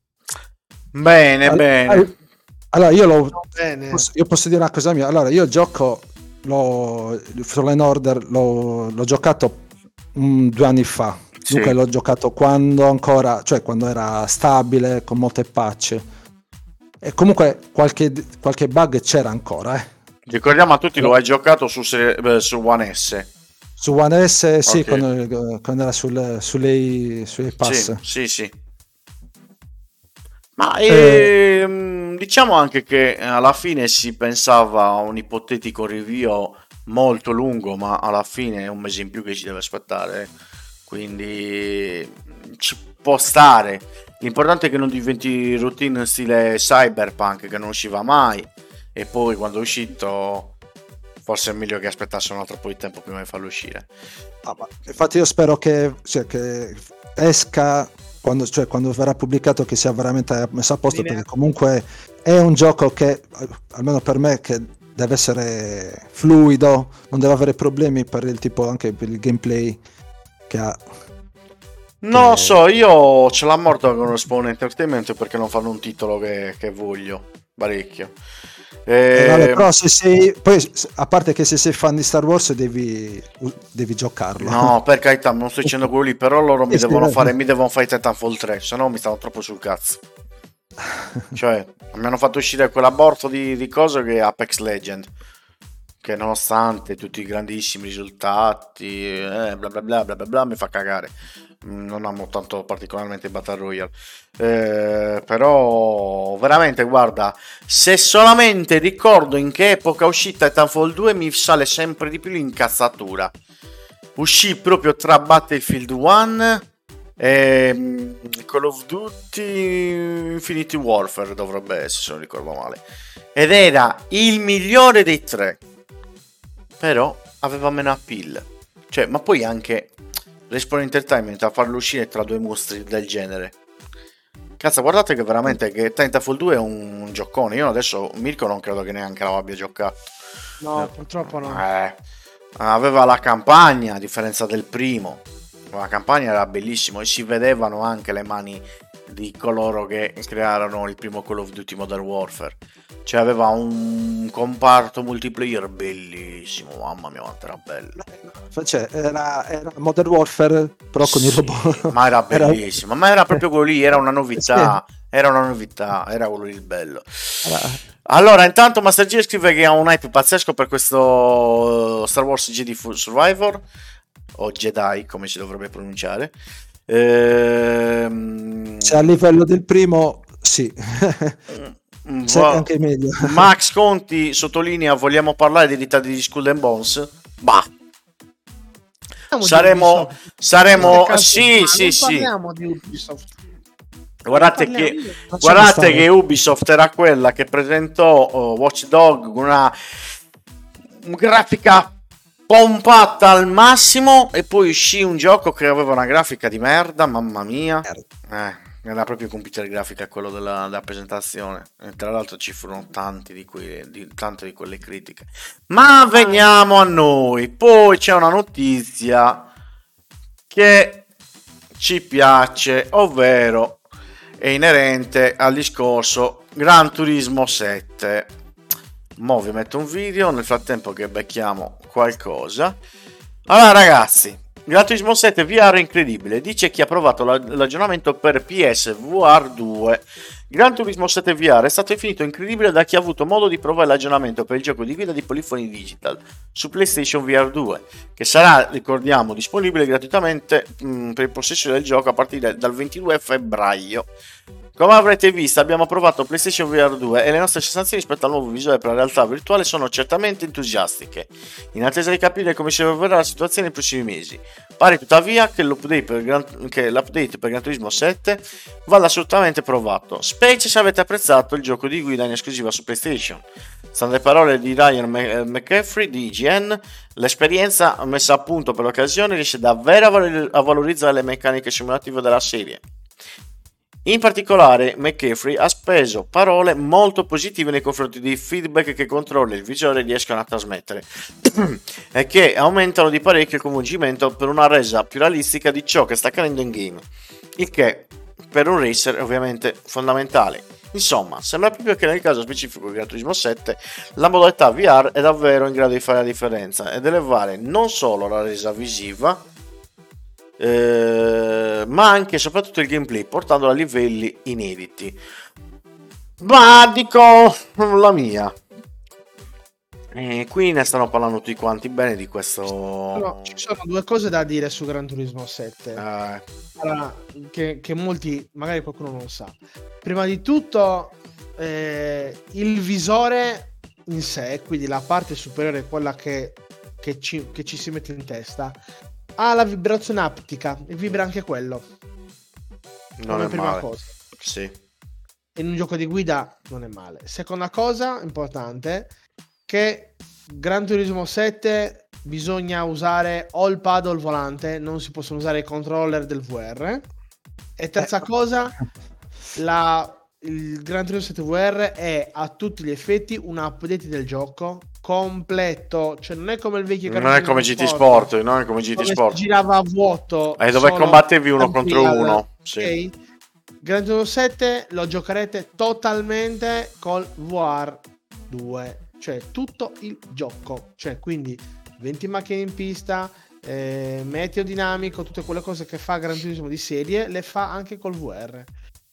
Bene, All- bene. Allora, io, lo, bene. Posso, io posso dire una cosa mia. Allora, io gioco lo, Fallen Order l'ho, l'ho giocato um, due anni fa. Sì. Dunque l'ho giocato quando ancora, cioè quando era stabile, con molte patch. E comunque qualche, qualche bug c'era ancora. Eh. Ricordiamo a tutti, lo hai giocato su, su One S. Su One S, sì, okay. quando, quando era sul, sulle, sulle pass. Sì, sì, sì. Ma eh, diciamo anche che alla fine si pensava a un ipotetico rinvio molto lungo, ma alla fine è un mese in più che ci deve aspettare, quindi ci può stare. L'importante è che non diventi routine stile Cyberpunk, che non usciva mai, e poi quando è uscito forse è meglio che aspettasse un altro po' di tempo prima di farlo uscire. Ah, ma infatti io spero che, cioè, che esca quando, cioè, quando verrà pubblicato, che sia veramente messo a posto, perché comunque è un gioco che, almeno per me, che deve essere fluido, non deve avere problemi per il tipo, anche per il gameplay che ha. Non lo so, io ce l'ho morto con Respawn Entertainment perché non fanno un titolo che, che voglio parecchio. E... Eh, vabbè, però se sei, poi a parte che se sei fan di Star Wars devi, devi giocarlo. No, per carità, non sto dicendo quello lì, però loro mi devono fare mi devono fare Titanfall tre, se no mi stanno troppo sul cazzo. Cioè, mi hanno fatto uscire quell'aborto di, di cose che è Apex Legend, che nonostante tutti i grandissimi risultati, eh, bla bla bla bla bla bla, mi fa cagare. Non amo tanto particolarmente il Battle Royale, eh, però veramente, guarda, se solamente ricordo in che epoca uscì Titanfall due mi sale sempre di più l'incazzatura. Uscì proprio tra Battlefield uno e Call of Duty Infinity Warfare, dovrebbe essere, se non ricordo male, ed era il migliore dei tre, però aveva meno appeal. Cioè, ma poi anche Respawn Entertainment a farlo uscire tra due mostri del genere. Cazzo, guardate che veramente che Titanfall due è un, un giocone. Io adesso Mirko non credo che neanche lo abbia giocato. No, eh, purtroppo no. Eh, aveva la campagna, a differenza del primo. La campagna era bellissima e si vedevano anche le mani di coloro che crearono il primo Call of Duty Modern Warfare. Cioè aveva un comparto multiplayer bellissimo, mamma mia quanto era bello. Cioè, era, era Modern Warfare però con sì, i robot. Ma era bellissimo, era... ma era proprio quello lì, era una novità, sì. era una novità, era quello lì il bello. Allora, allora intanto Master G scrive che ha un hype pazzesco per questo Star Wars Jedi Survivor, o Jedi come si dovrebbe pronunciare. Ehm... Se a livello del primo, sì. C'è anche meglio. Max Conti sottolinea: vogliamo parlare dei ritardi di Skull and Bones? Bah, saremo saremo sì sì sì di Ubisoft. Guardate che guardate che Ubisoft era quella che presentò uh, Watch Dogs con una grafica pompata al massimo, e poi uscì un gioco che aveva una grafica di merda, mamma mia. Eh, era proprio computer grafica quello della, della presentazione. E tra l'altro ci furono tanti di quei, di, tante di quelle critiche. Ma veniamo a noi. Poi c'è una notizia che ci piace, ovvero è inerente al discorso Gran Turismo sette. Mo' vi metto un video nel frattempo che becchiamo qualcosa. Allora ragazzi, Gran Turismo sette V R incredibile, dice chi ha provato l'aggiornamento per P S V R due. Gran Turismo sette V R è stato definito incredibile da chi ha avuto modo di provare l'aggiornamento per il gioco di guida di Polyphony Digital su PlayStation V R due, che sarà, ricordiamo, disponibile gratuitamente mh, per il possesso del gioco a partire dal ventidue febbraio. Come avrete visto, abbiamo provato PlayStation V R due e le nostre sensazioni rispetto al nuovo visuale per la realtà virtuale sono certamente entusiastiche, in attesa di capire come si evolverà la situazione nei prossimi mesi. Pare tuttavia che l'update per Gran, che l'update per Gran Turismo sette vada assolutamente provato, specie se avete apprezzato il gioco di guida in esclusiva su PlayStation. Stando alle parole di Ryan McCaffrey di I G N, l'esperienza messa a punto per l'occasione riesce davvero a valorizzare le meccaniche simulative della serie. In particolare, McCaffrey ha speso parole molto positive nei confronti dei feedback che controlli e il visore riescono a trasmettere e che aumentano di parecchio il coinvolgimento per una resa più realistica di ciò che sta accadendo in game, il che per un racer è ovviamente fondamentale. Insomma, sembra proprio che nel caso specifico di Gran Turismo sette la modalità V R è davvero in grado di fare la differenza ed elevare non solo la resa visiva, Eh, ma anche e soprattutto il gameplay, portandolo a livelli inediti. Ma dico la mia, e qui ne stanno parlando tutti quanti bene di questo. No, ci sono due cose da dire su Gran Turismo sette eh. allora, che, che molti, magari qualcuno non sa. Prima di tutto eh, il visore in sé, quindi la parte superiore, quella che, che, ci, che ci si mette in testa, ha la vibrazione aptica e vibra anche quello. Non come è prima male. cosa. Sì. In un gioco di guida non è male. Seconda cosa importante, che Gran Turismo sette bisogna usare o il pad o il volante, non si possono usare i controller del V R. E terza cosa, la, il Gran Turismo sette V R è a tutti gli effetti un update del gioco completo, cioè non è come il vecchio Gran Non è Turismo come G T Sport, non è come G T dove Sport. si girava a vuoto E dove solo combattevi uno al contro trial, uno. Sì. ok? Gran Turismo sette lo giocherete totalmente col V R due, cioè tutto il gioco, cioè quindi venti macchine in pista, eh, meteo dinamico, tutte quelle cose che fa Gran Turismo di serie le fa anche col V R.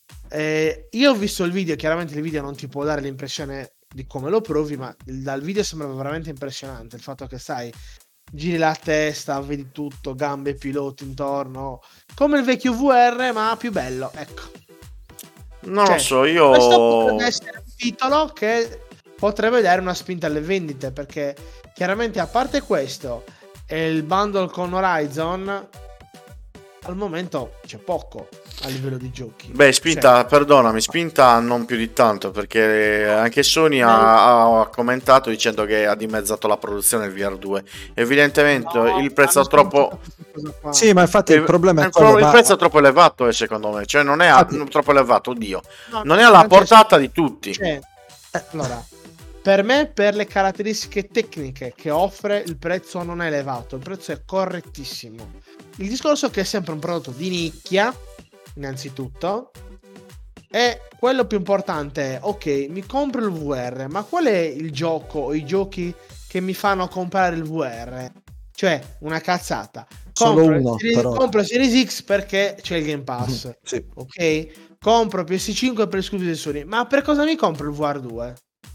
Eh, io ho visto il video, chiaramente il video non ti può dare l'impressione di come lo provi, ma dal video sembrava veramente impressionante il fatto che sai, giri la testa, vedi tutto, gambe, piloti intorno, come il vecchio V R ma più bello, ecco. Non Cioè, lo so, io questo potrebbe essere un titolo che potrebbe dare una spinta alle vendite, perché chiaramente a parte questo e il bundle con Horizon al momento c'è poco a livello di giochi. Beh, spinta, Cioè, perdonami, spinta non più di tanto, perché anche Sony ha, ha commentato dicendo che ha dimezzato la produzione del V R due. Evidentemente no, il prezzo è hanno troppo... spinto questa cosa qua. Sì, ma infatti il problema è il, quello, il ma- prezzo è troppo elevato, eh, secondo me, cioè non è a- Infatti- troppo elevato, oddio, No, non è alla Francesco, portata di tutti. cioè, eh, allora, per me, per le caratteristiche tecniche che offre, il prezzo non è elevato, il prezzo è correttissimo. Il discorso è che è sempre un prodotto di nicchia, innanzitutto, e quello più importante è, ok, mi compro il V R, ma qual è il gioco o i giochi che mi fanno comprare il V R? Cioè, una cazzata. Solo Compro, uno, il Series, però. compro Series X perché c'è il Game Pass, Sì. ok? Compro P S cinque per esclusive Sony, ma per cosa mi compro il V R due?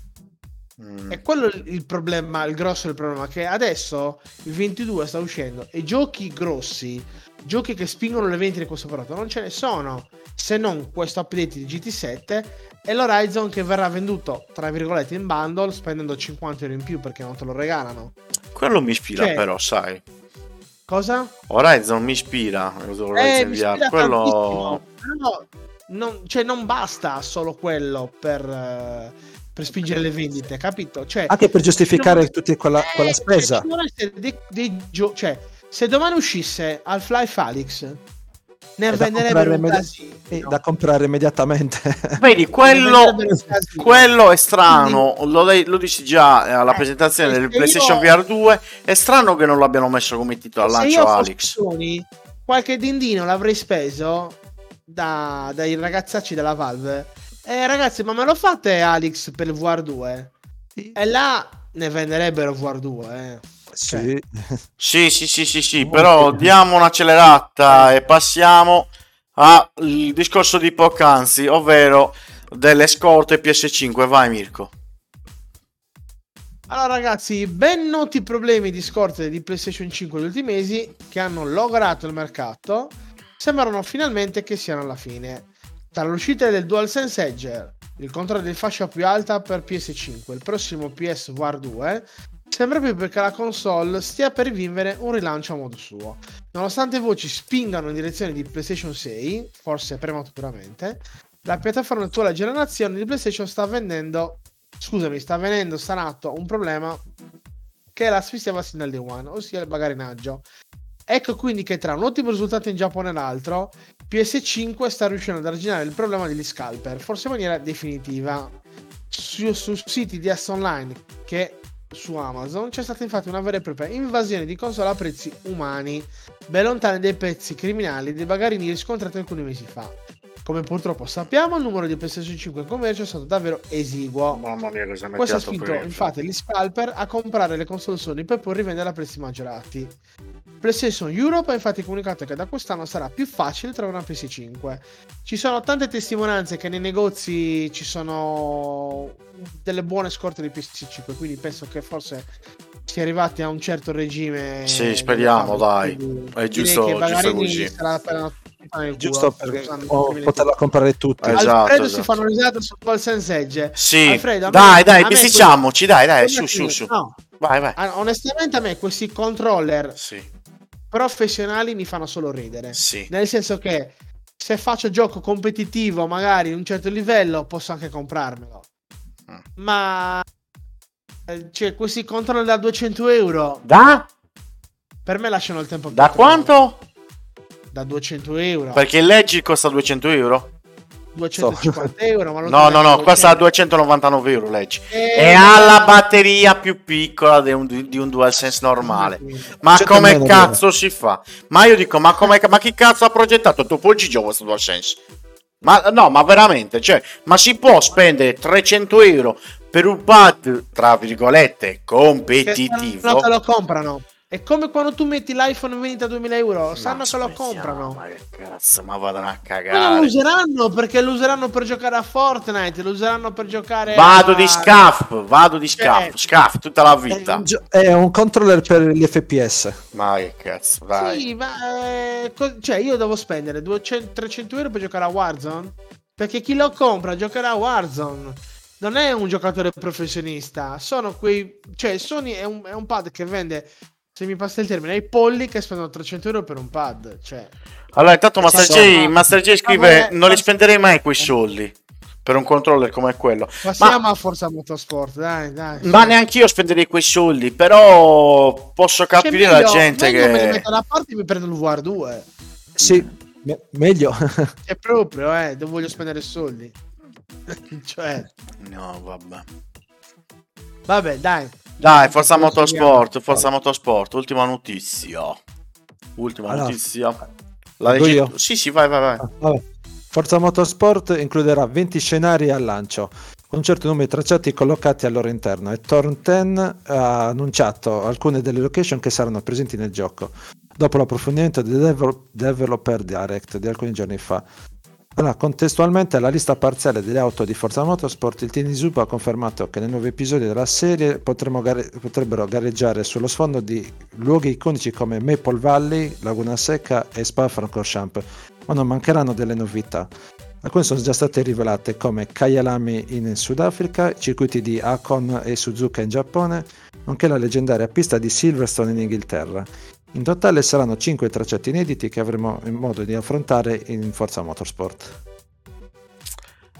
Mm. È quello il il problema, il grosso del problema, che adesso il ventidue sta uscendo e giochi grossi, giochi che spingono le vendite di questo prodotto non ce ne sono, se non questo update di G T sette e l'Horizon che verrà venduto tra virgolette in bundle spendendo cinquanta euro in più perché non te lo regalano. Quello mi ispira, Cioè- però, sai. Cosa? Horizon mi ispira. Horizon Eh, V mi R, ispira quello... tantissimo, però non, cioè, non basta solo quello per, uh, per spingere le vendite, capito? Cioè, anche per giustificare tutta quella, eh, quella spesa. Cioè, essere dei, dei gio- cioè, se domani uscisse Half-Life Alyx, ne È da venderebbero comprare, un immedi- casino. sì, da comprare immediatamente. Vedi, quello, quello è strano, lo, lo dici già alla Eh, presentazione se del io- PlayStation V R due, è strano che non l'abbiano messo come titolo al Se lancio io fossi Alyx. Sony, qualche dindino l'avrei speso da, dai ragazzacci della Valve. Eh ragazzi, ma me lo fate Alyx per il V R due? E là ne venderebbero V R due, eh. Sì. Sì, sì, sì, sì, sì, però diamo un'accelerata e passiamo al discorso di poc'anzi, ovvero delle scorte P S cinque. Vai Mirko. Allora ragazzi, ben noti problemi di scorte di PlayStation cinque negli ultimi mesi che hanno logorato il mercato, sembrano finalmente che siano alla fine. Tra l'uscita del DualSense Edge, il controllo di fascia più alta per P S cinque, il prossimo P S V R due, sembra più perché la console stia per vivere un rilancio a modo suo. Nonostante voci spingano in direzione di PlayStation sei, forse prematuramente, la piattaforma attuale generazione di PlayStation sta vendendo, scusami, sta venendo sanato un problema che la sfissiava sin dal day one, ossia il bagarinaggio. Ecco quindi che tra un ottimo risultato in Giappone e l'altro, P S cinque sta riuscendo ad arginare il problema degli scalper, forse in maniera definitiva. Su, su siti di ass online che su Amazon c'è stata infatti una vera e propria invasione di console a prezzi umani, ben lontani dai prezzi criminali dei bagarini riscontrati alcuni mesi fa. Come purtroppo sappiamo, il numero di PlayStation cinque in commercio è stato davvero esiguo. Mamma mia, cosa mi Questo ha spinto infatti gli scalper a comprare le console Sony per poi rivendere a prezzi maggiorati. PlayStation Europe ha infatti comunicato che da quest'anno sarà più facile trovare una P S cinque. Ci sono tante testimonianze che nei negozi ci sono delle buone scorte di P S cinque, quindi penso che forse si è arrivati a un certo regime. Sì, speriamo, dai. È giusto, che giusto così. Sarà per giusto per poterla comprare tutta. Esatto, Alfredo esatto. si fa una risata sul DualSense Edge. Sì, Alfredo, dai, me, dai, pesticciamoci, dai, dai, su, su, su. No. Vai, vai. Onestamente a me questi controller sì. professionali mi fanno solo ridere. Sì. Nel senso che se faccio gioco competitivo, magari in un certo livello, posso anche comprarmelo. Mm. Ma cioè, questi controller da duecento euro da? Per me lasciano il tempo. Da quanto? Da duecento euro. Perché il Leggi costa duecento euro? duecentocinquanta euro. Ma no, no, no, costa duecentonovantanove euro Leggi. E, e ha la batteria più piccola di un, di un DualSense normale. Ma come cazzo si fa? Ma io dico, ma, come, ma chi cazzo ha progettato Topo Gigio questo DualSense? Ma no, ma veramente, cioè, ma si può spendere trecento euro per un pad, tra virgolette, competitivo? No, te lo comprano. È come quando tu metti l'iPhone in vendita a duemila euro, sanno ma che lo comprano. Ma che cazzo, ma vadano a cagare. Ma lo useranno perché lo useranno per giocare a Fortnite, lo useranno per giocare Vado a... di scaf, vado di scaf, cioè, scaf tutta la vita. È un, gio- è un controller per gli F P S. Ma che cazzo, dai. Sì, ma eh, co- cioè io devo spendere duecento trecento euro per giocare a Warzone? Perché chi lo compra giocare a Warzone non è un giocatore professionista, sono quei, cioè Sony è un, è un pad che vende, se mi passa il termine, ai polli che spendono trecento euro per un pad, cioè. Allora intanto Master J, Master J scrive: vabbè, non li spenderei mai quei soldi per un controller come quello. Passiamo ma, a Forza Motorsport, dai, dai. Ma neanche io spenderei quei soldi, però posso capire cioè, meglio, la gente meglio che me li metto da parte e mi prendo il V R due. Sì, me- meglio. È proprio, eh, dove voglio spendere soldi. Cioè, no, vabbè. Vabbè, dai. Dai, Forza Motorsport, Forza Motorsport, ultima notizia. Ultima allora, notizia. La legge... io? Sì, sì, vai, vai, vai. Ah, vabbè. Forza Motorsport includerà venti scenari al lancio, con un certo numero di tracciati collocati al loro interno, e Turn dieci ha annunciato alcune delle location che saranno presenti nel gioco, dopo l'approfondimento del devel- Developer Direct di alcuni giorni fa. Allora, contestualmente alla lista parziale delle auto di Forza Motorsport, il team di Zubo ha confermato che nei nuovi episodi della serie gare- potrebbero gareggiare sullo sfondo di luoghi iconici come Maple Valley, Laguna Seca e Spa-Francorchamps, ma non mancheranno delle novità. Alcune sono già state rivelate, come Kyalami in Sudafrica, circuiti di Hakon e Suzuka in Giappone, nonché la leggendaria pista di Silverstone in Inghilterra. In totale saranno cinque tracciati inediti che avremo in modo di affrontare in Forza Motorsport.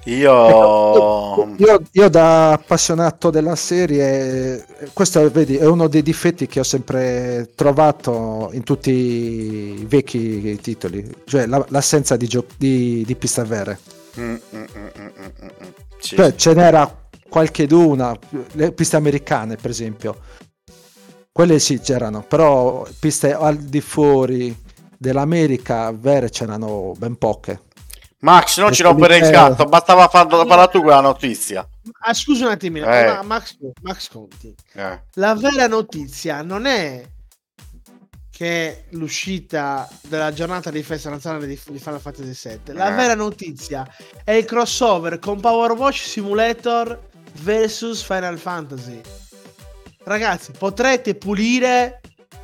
Io... io, io da appassionato della serie, questo vedi è uno dei difetti che ho sempre trovato in tutti i vecchi titoli, cioè la, l'assenza di, gio- di, di piste vere. Mm, mm, mm, mm, mm, mm. Sì, Cioè sì. ce n'era qualche d'una, le piste americane per esempio, quelle sì c'erano, però piste al di fuori dell'America vere c'erano ben poche. Max, non ci rompere il Eh, cazzo, bastava farlo parlare tu quella notizia. Ah, scusa un attimino, Eh. ma Max, Max Conti, Eh. la vera notizia non è che l'uscita della giornata di festa nazionale di, di Final Fantasy sette, la Eh. vera notizia è il crossover con Power Wash Simulator versus Final Fantasy. Ragazzi, potrete pulire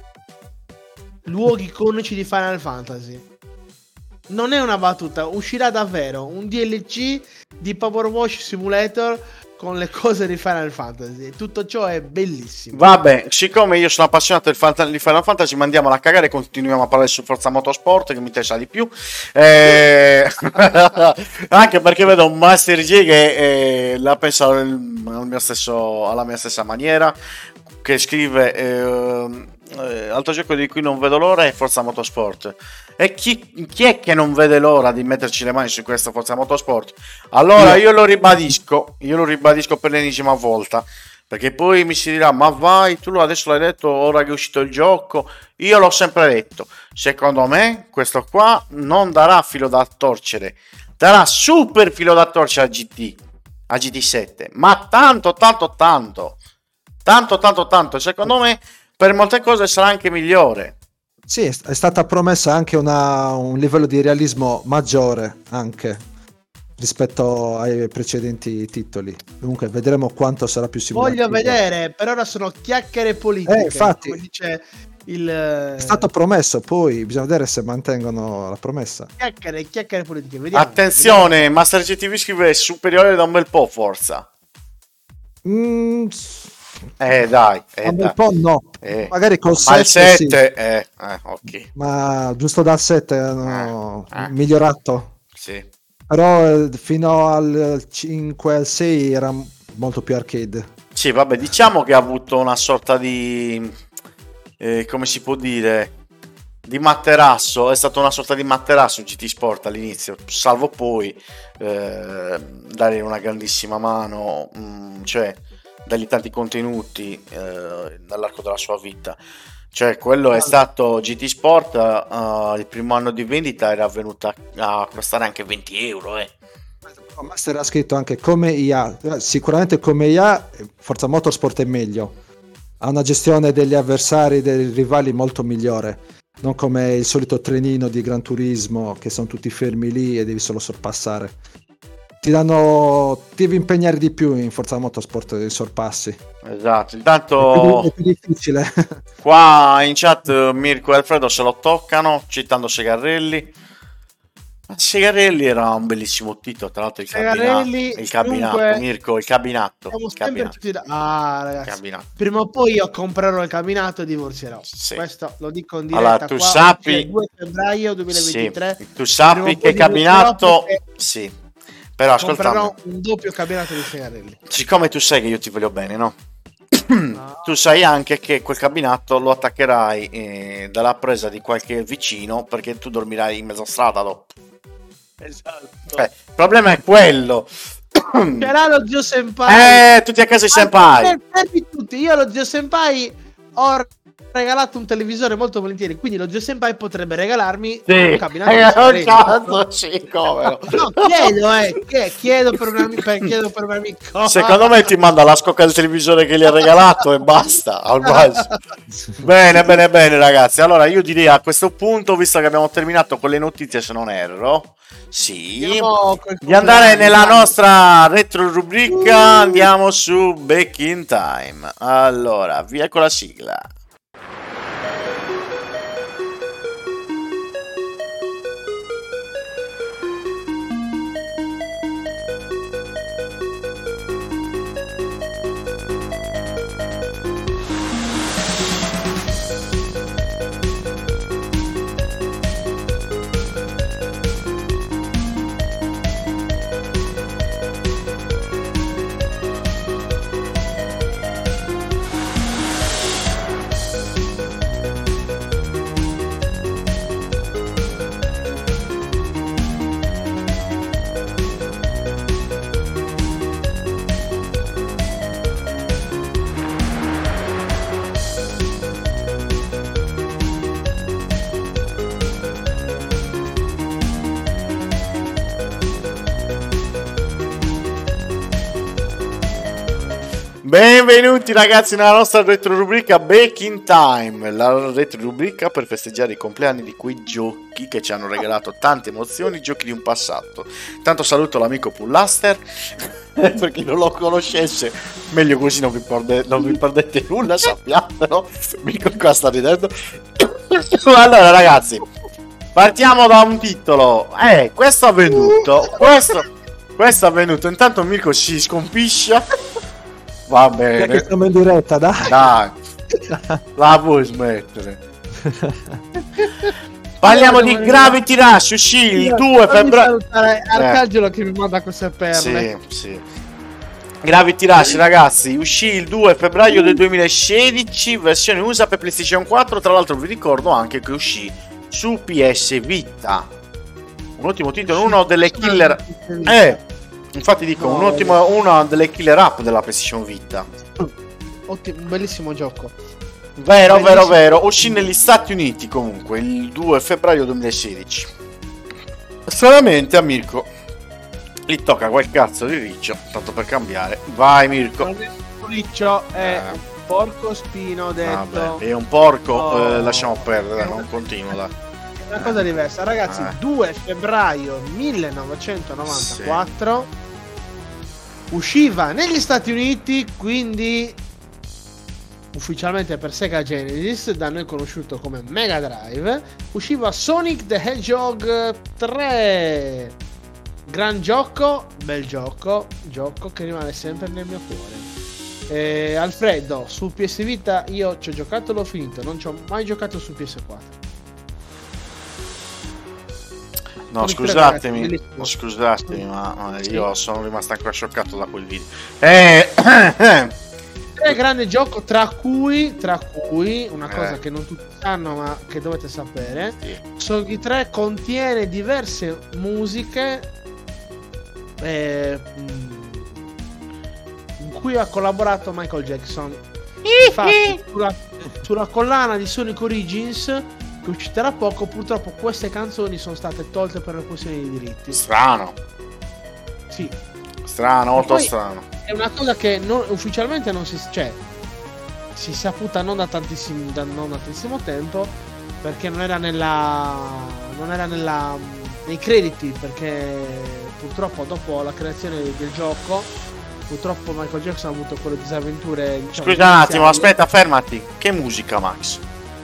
luoghi iconici di Final Fantasy. Non è una battuta, uscirà davvero un D L C di Power Wash Simulator con le cose di Final Fantasy. Tutto ciò è bellissimo. Vabbè, siccome io sono appassionato del Fant- di Final Fantasy, mandiamola a cagare e continuiamo a parlare su Forza Motorsport, che mi interessa di più. Eh... Anche perché vedo un Master G che eh, la pensa al al mio stesso, alla mia stessa maniera, che scrive eh, eh, altro gioco di cui non vedo l'ora è Forza Motorsport. E chi, chi è che non vede l'ora di metterci le mani su questo Forza Motorsport? Allora io lo ribadisco, io lo ribadisco per l'ennesima volta, perché poi mi si dirà: ma vai, tu adesso l'hai detto ora che è uscito il gioco. Io l'ho sempre detto, secondo me questo qua non darà filo da torcere, darà super filo da torcere a G T, a G T sette, ma tanto tanto tanto tanto tanto tanto, secondo me per molte cose sarà anche migliore. Sì, è è stata promessa anche una, un livello di realismo maggiore anche rispetto ai precedenti titoli. Comunque vedremo quanto sarà più simulativo. Voglio vedere, per ora sono chiacchiere politiche. Eh, infatti. Come dice il... È stato promesso, poi bisogna vedere se mantengono la promessa. Chiacchiere, chiacchiere politiche. Vediamo, Attenzione, vediamo. Master G T V scrive superiore da un bel po', forza. Mm, Eh dai, eh, un dai. bel po' no, Eh, magari col ma il sette, sì. sette, eh, eh, ok, Ma giusto dal sette hanno Eh, eh. migliorato. sì. Però eh, fino al cinque al sei era molto più arcade. Sì, vabbè, diciamo che ha avuto una sorta di, eh, come si può dire, di materasso, è stato una sorta di materasso G T Sport all'inizio, salvo poi eh, dare una grandissima mano, mh, cioè dargli tanti contenuti eh, nell'arco della sua vita. Cioè quello è stato G T Sport, uh, il primo anno di vendita era venuta a costare anche venti euro, eh. Master ha scritto anche come I A, sicuramente come I A Forza Motorsport è meglio, ha una gestione degli avversari, dei rivali molto migliore, non come il solito trenino di Gran Turismo che sono tutti fermi lì e devi solo sorpassare. Ti danno, ti devi impegnare di più in Forza Motorsport dei sorpassi. Esatto, È intanto più, è più difficile. qua in chat Mirko e Alfredo se lo toccano citando Segarelli. Ma Segarelli era un bellissimo titolo, tra l'altro il cabinato, Segarelli, il cabinato, dunque, Mirko, il cabinato, Siamo il sempre cabinato, tutti da... Ah, ragazzi. cabinato. Prima o poi io comprerò il cabinato e divorzierò. Sì. Questo lo dico in diretta. Allora, tu qua, sappi- oggi è due febbraio duemilaventitré. Sì, tu sappi Prima o che poi cabinato, divorzierò perché sì, però comprerò ascoltami, un doppio cabinato di Segarelli. siccome tu sai che io ti voglio bene, no? No. Tu sai anche che quel cabinato lo attaccherai eh, dalla presa di qualche vicino, perché tu dormirai in mezzo strada dopo. Esatto. Eh, il problema è quello. C'era lo zio Senpai. Eh, tutti a casa i Ah, senpai. per- fermi tutti. Io allo zio Senpai ho regalato un televisore molto volentieri, quindi lo zio Senpai potrebbe regalarmi un cabinato di eh, Segarelli. cazzo, sì, come no. No, chiedo, eh, che- chiedo per un amico, per, chiedo per un amico. Secondo me ti manda la scocca del televisore che gli ha regalato e basta, al massimo. Bene, bene, bene ragazzi. Allora io direi a questo punto, visto che abbiamo terminato con le notizie, se non erro, sì, Andiamo col di andare compleanno, nella dai. nostra retro rubrica, andiamo su Back in Time. Allora, via con la sigla. Benvenuti ragazzi nella nostra retro rubrica Back in Time, la retro rubrica per festeggiare i compleanni di quei giochi che ci hanno regalato tante emozioni, giochi di un passato. Tanto saluto l'amico Pullaster, per chi non lo conoscesse, meglio così non vi, perde, non vi perdete nulla, sappiatelo. Mirko qua sta ridendo. Allora ragazzi, partiamo da un titolo. Eh, questo è avvenuto, questo, questo è avvenuto. Intanto Mirko si scompiscia. Va bene. Perché siamo in diretta, dai. Dai, la puoi smettere. Parliamo di Gravity Rush, uscì il due febbraio. Arcangelo eh. che mi manda queste perle. Sì, sì. Gravity Rush, ragazzi, uscì il due febbraio del duemilasedici, versione U S A per PlayStation quattro. Tra l'altro vi ricordo anche che uscì su P S Vita. Un ottimo titolo, uno delle killer. Eh. Infatti dico, un ottimo, una delle killer app della PlayStation Vita. Ottimo, un bellissimo gioco. Vero, bellissimo. vero, vero. Uscì negli Stati Uniti comunque il due febbraio duemilasedici. Solamente a Mirko gli tocca quel cazzo di riccio, tanto per cambiare. Vai Mirko. Riccio è eh. un porco spino detto. Vabbè, è un porco, oh. eh, lasciamo perdere, non continua dai. Una cosa diversa, ragazzi, eh. due febbraio millenovecentonovantaquattro sì. usciva negli Stati Uniti, quindi ufficialmente per Sega Genesis, da noi conosciuto come Mega Drive, usciva Sonic the Hedgehog tre. Gran gioco, bel gioco, gioco che rimane sempre nel mio cuore. Eh, Alfredo, su P S Vita io ci ho giocato, l'ho finito, non ci ho mai giocato su P S quattro. No, scusatemi, scusatemi, ma, ma io sono rimasto ancora scioccato da quel video. Eh, Tre grande gioco, tra cui, tra cui una cosa eh. che non tutti sanno, ma che dovete sapere. Sì. Sonic tre contiene diverse musiche eh, in cui ha collaborato Michael Jackson. Infatti, sulla, sulla collana di Sonic Origins, che uscirà poco, purtroppo queste canzoni sono state tolte per le questioni di diritti. Strano. Sì. Strano, molto strano. È una cosa che non, ufficialmente non si... cioè, si è saputa non da tantissimo, da, non da tantissimo tempo, perché non era nella... non era nella... nei crediti, perché purtroppo dopo la creazione del gioco, purtroppo Michael Jackson ha avuto quelle disavventure, diciamo. Scusa un attimo, aspetta, fermati. Che musica, Max?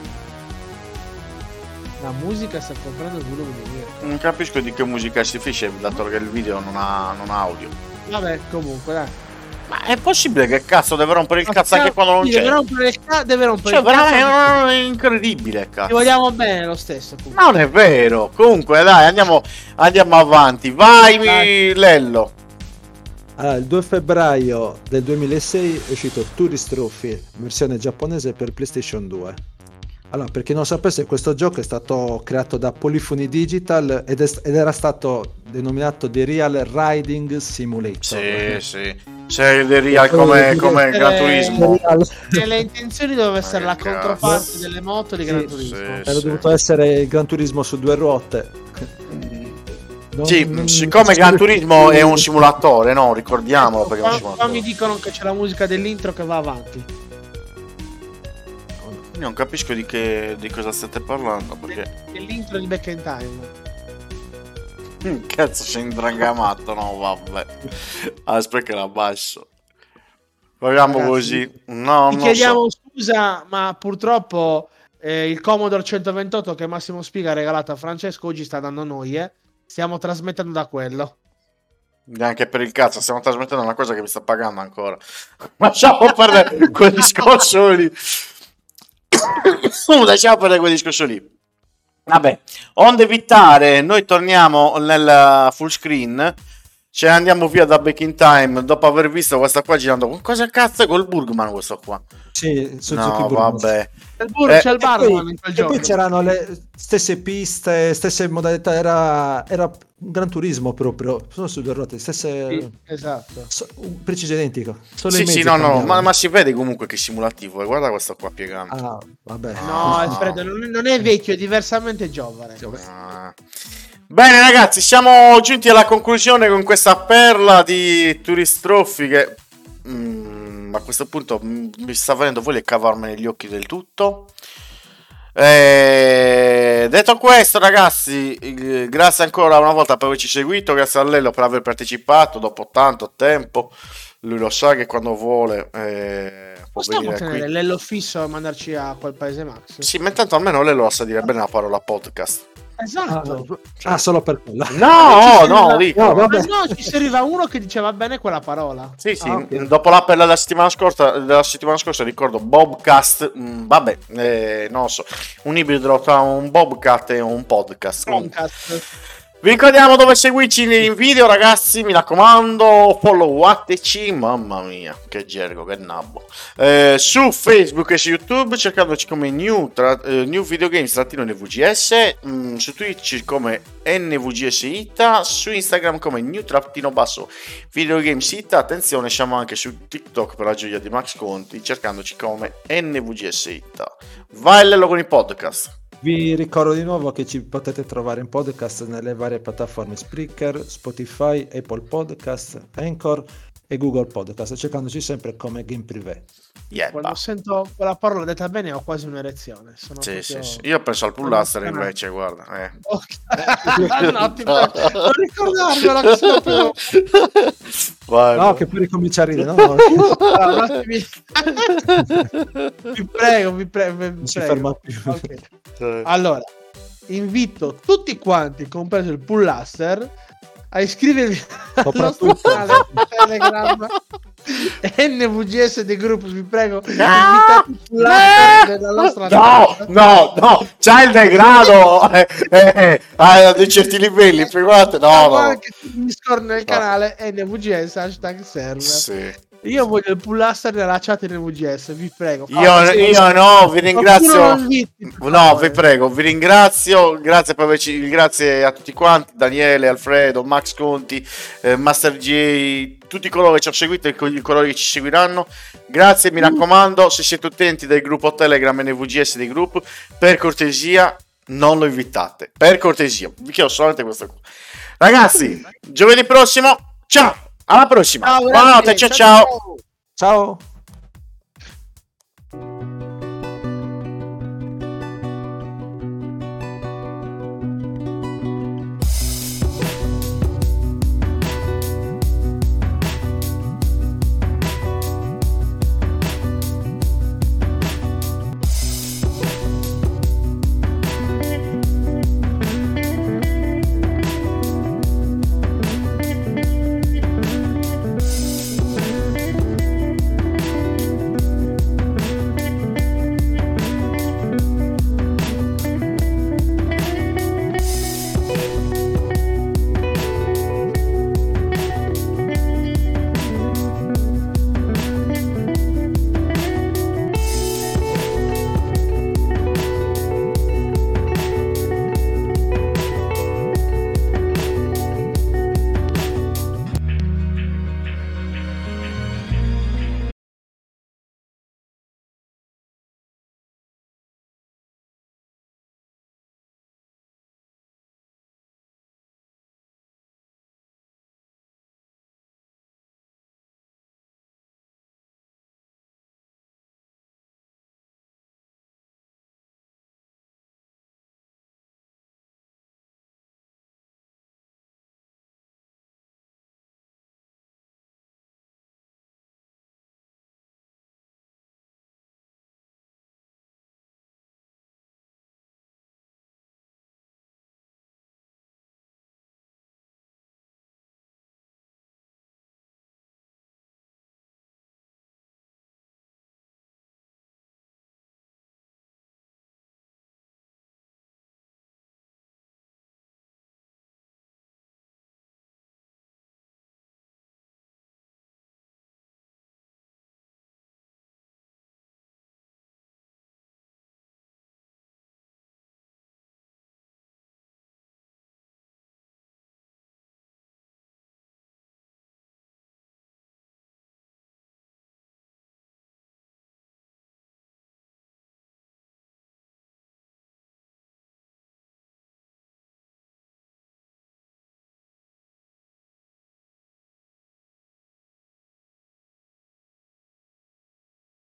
La musica sta comprando il volume di mio. Non capisco di che musica si finisce, dato che il video non ha, non ha audio. Vabbè, comunque, dai. Ma è possibile che cazzo deve rompere il cazzo anche quando non sì, c'è? Deve rompere il, ca- deve rompere cioè, il cazzo. Veramente è incredibile, cazzo. Ti vogliamo bene lo stesso. Comunque. Non è vero. Comunque, dai, andiamo, andiamo avanti. Vai, Dai. Lello. Allora, il due febbraio del duemilasei è uscito Tourist Trophy, versione giapponese per PlayStation due. Allora, per chi non sapesse, questo gioco è stato creato da Polyphony Digital ed, è, ed era stato denominato The Real Riding Simulator. Sì, sì. C'è The Real come, come Gran Turismo. Nelle intenzioni doveva essere Ma la che controparte cazzo. delle moto di Sì, Gran Turismo. sì, Era sì. dovuto essere il Gran Turismo su due ruote. Non- Sì, non- siccome Gran Turismo è un simulatore, no? Ricordiamolo perché è un Qua, qua simulatore. mi dicono che c'è la musica dell'intro che va avanti. Io non capisco di che di cosa state parlando perché Dell'intro di Back in Time. cazzo sei indrangamato, no? Vabbè. Aspetta che la abbasso. Proviamo Ragazzi, così. No, Ti non chiediamo so. scusa, ma purtroppo eh, il Commodore centoventotto che Massimo Spiga ha regalato a Francesco oggi sta dando noie. Stiamo trasmettendo da quello. Neanche per il cazzo, stiamo trasmettendo una cosa che mi sta pagando ancora. Lasciamo perdere quel discorso lì. Lasciamo perdere quel discorso lì. Vabbè, onde evitare, noi torniamo nel full screen. Cioè andiamo via da Back in Time dopo aver visto questa qua girando. Cosa cazzo è col Burgman questo qua? Sì, Suzuki No, Burgman. vabbè. C'è il, burro, Eh, c'è il E poi, barman in quel e gioco. poi c'erano le stesse piste, stesse modalità, era, era un Gran Turismo proprio, solo su due ruote, stesse, Sì, esatto. so- un preciso identico. Solo i Sì, mezzi sì, no, no, cambiavano. ma, ma si vede comunque che è simulativo. E guarda questo qua piegando. Ah, vabbè. No, Alfredo, non è, non è vecchio, è diversamente giovane. Ah. Bene ragazzi, siamo giunti alla conclusione con questa perla di Tourist Trophy che mm, a questo punto m- mi sta venendo voglia di cavarmene gli occhi del tutto. E... detto questo, ragazzi, eh, grazie ancora una volta per averci seguito, grazie a Lello per aver partecipato dopo tanto tempo. Lui lo sa che quando vuole eh, può Possiamo venire tenere qui. l'ello fisso e mandarci a quel paese Max? Sì, ma intanto almeno Lello lo sa dire bene la parola podcast. Esatto. Ah, ah, solo per quello. No, no, dico. No, Ma vabbè. no, ci serviva uno che diceva bene quella parola. Sì, sì, Ah, ok. dopo l'appello della settimana scorsa, della settimana scorsa ricordo Bobcast, mh, vabbè, eh, non lo so, un ibrido tra un Bobcat e un podcast. Comunque. Chromecast. Vi ricordiamo dove seguirci in video, ragazzi, mi raccomando, followateci, mamma mia, che gergo, che nabbo. Eh, su Facebook e su YouTube cercandoci come New, tra, eh, New Video Games trattino N V G S, mh, su Twitch come N V G S Ita, su Instagram come New trattino basso Video Games Ita, attenzione, siamo anche su TikTok per la gioia di Max Conti cercandoci come N V G S Ita. Vai Lello con i podcast. Vi ricordo di nuovo che ci potete trovare in podcast nelle varie piattaforme Spreaker, Spotify, Apple Podcast, Anchor e Google Podcast, cercandoci sempre come Game Privé. Yeah, Quando bah. sento quella parola detta bene ho quasi un'erezione. Sono Sì, proprio... sì, sì. Io penso al pullaster invece, guarda. Eh. Ok. No, ti prego, non ricordarmelo che sono proprio... Vai, No, vai. che poi ricomincia a ridere, no? no. Allora, un attimo. Vi prego, vi prego. Vi Non si prego. ferma più. Ok. Sì. Allora, invito tutti quanti, compreso il Pullaster, a iscrivervi al nostro Soprattutto. canale Telegram N V G S The Group, vi prego. No! Invitate il Pullaster nella nostra No, no, no, c'è il degrado eh, eh, eh, a dei certi livelli, figurate, no, Siamo no. anche su Discord nel No. canale N V G S hashtag server. Sì. Io voglio il Pullaster nella chat N V G S, vi prego. Io, Fate- io no, vi Qualcuno ringrazio. lo inviti, per No, favore. vi prego, vi ringrazio. Grazie per averci, grazie a tutti quanti, Daniele, Alfredo, Max Conti, eh, Master J, tutti coloro che ci hanno seguito e co- coloro che ci seguiranno. Grazie, mi raccomando, se siete utenti del gruppo Telegram N V G S dei gruppi, per cortesia non lo invitate. Per cortesia, vi chiedo solamente questo qua. Ragazzi, giovedì prossimo, ciao, alla prossima. Ciao, Buonanotte, grazie. ciao ciao. Ciao!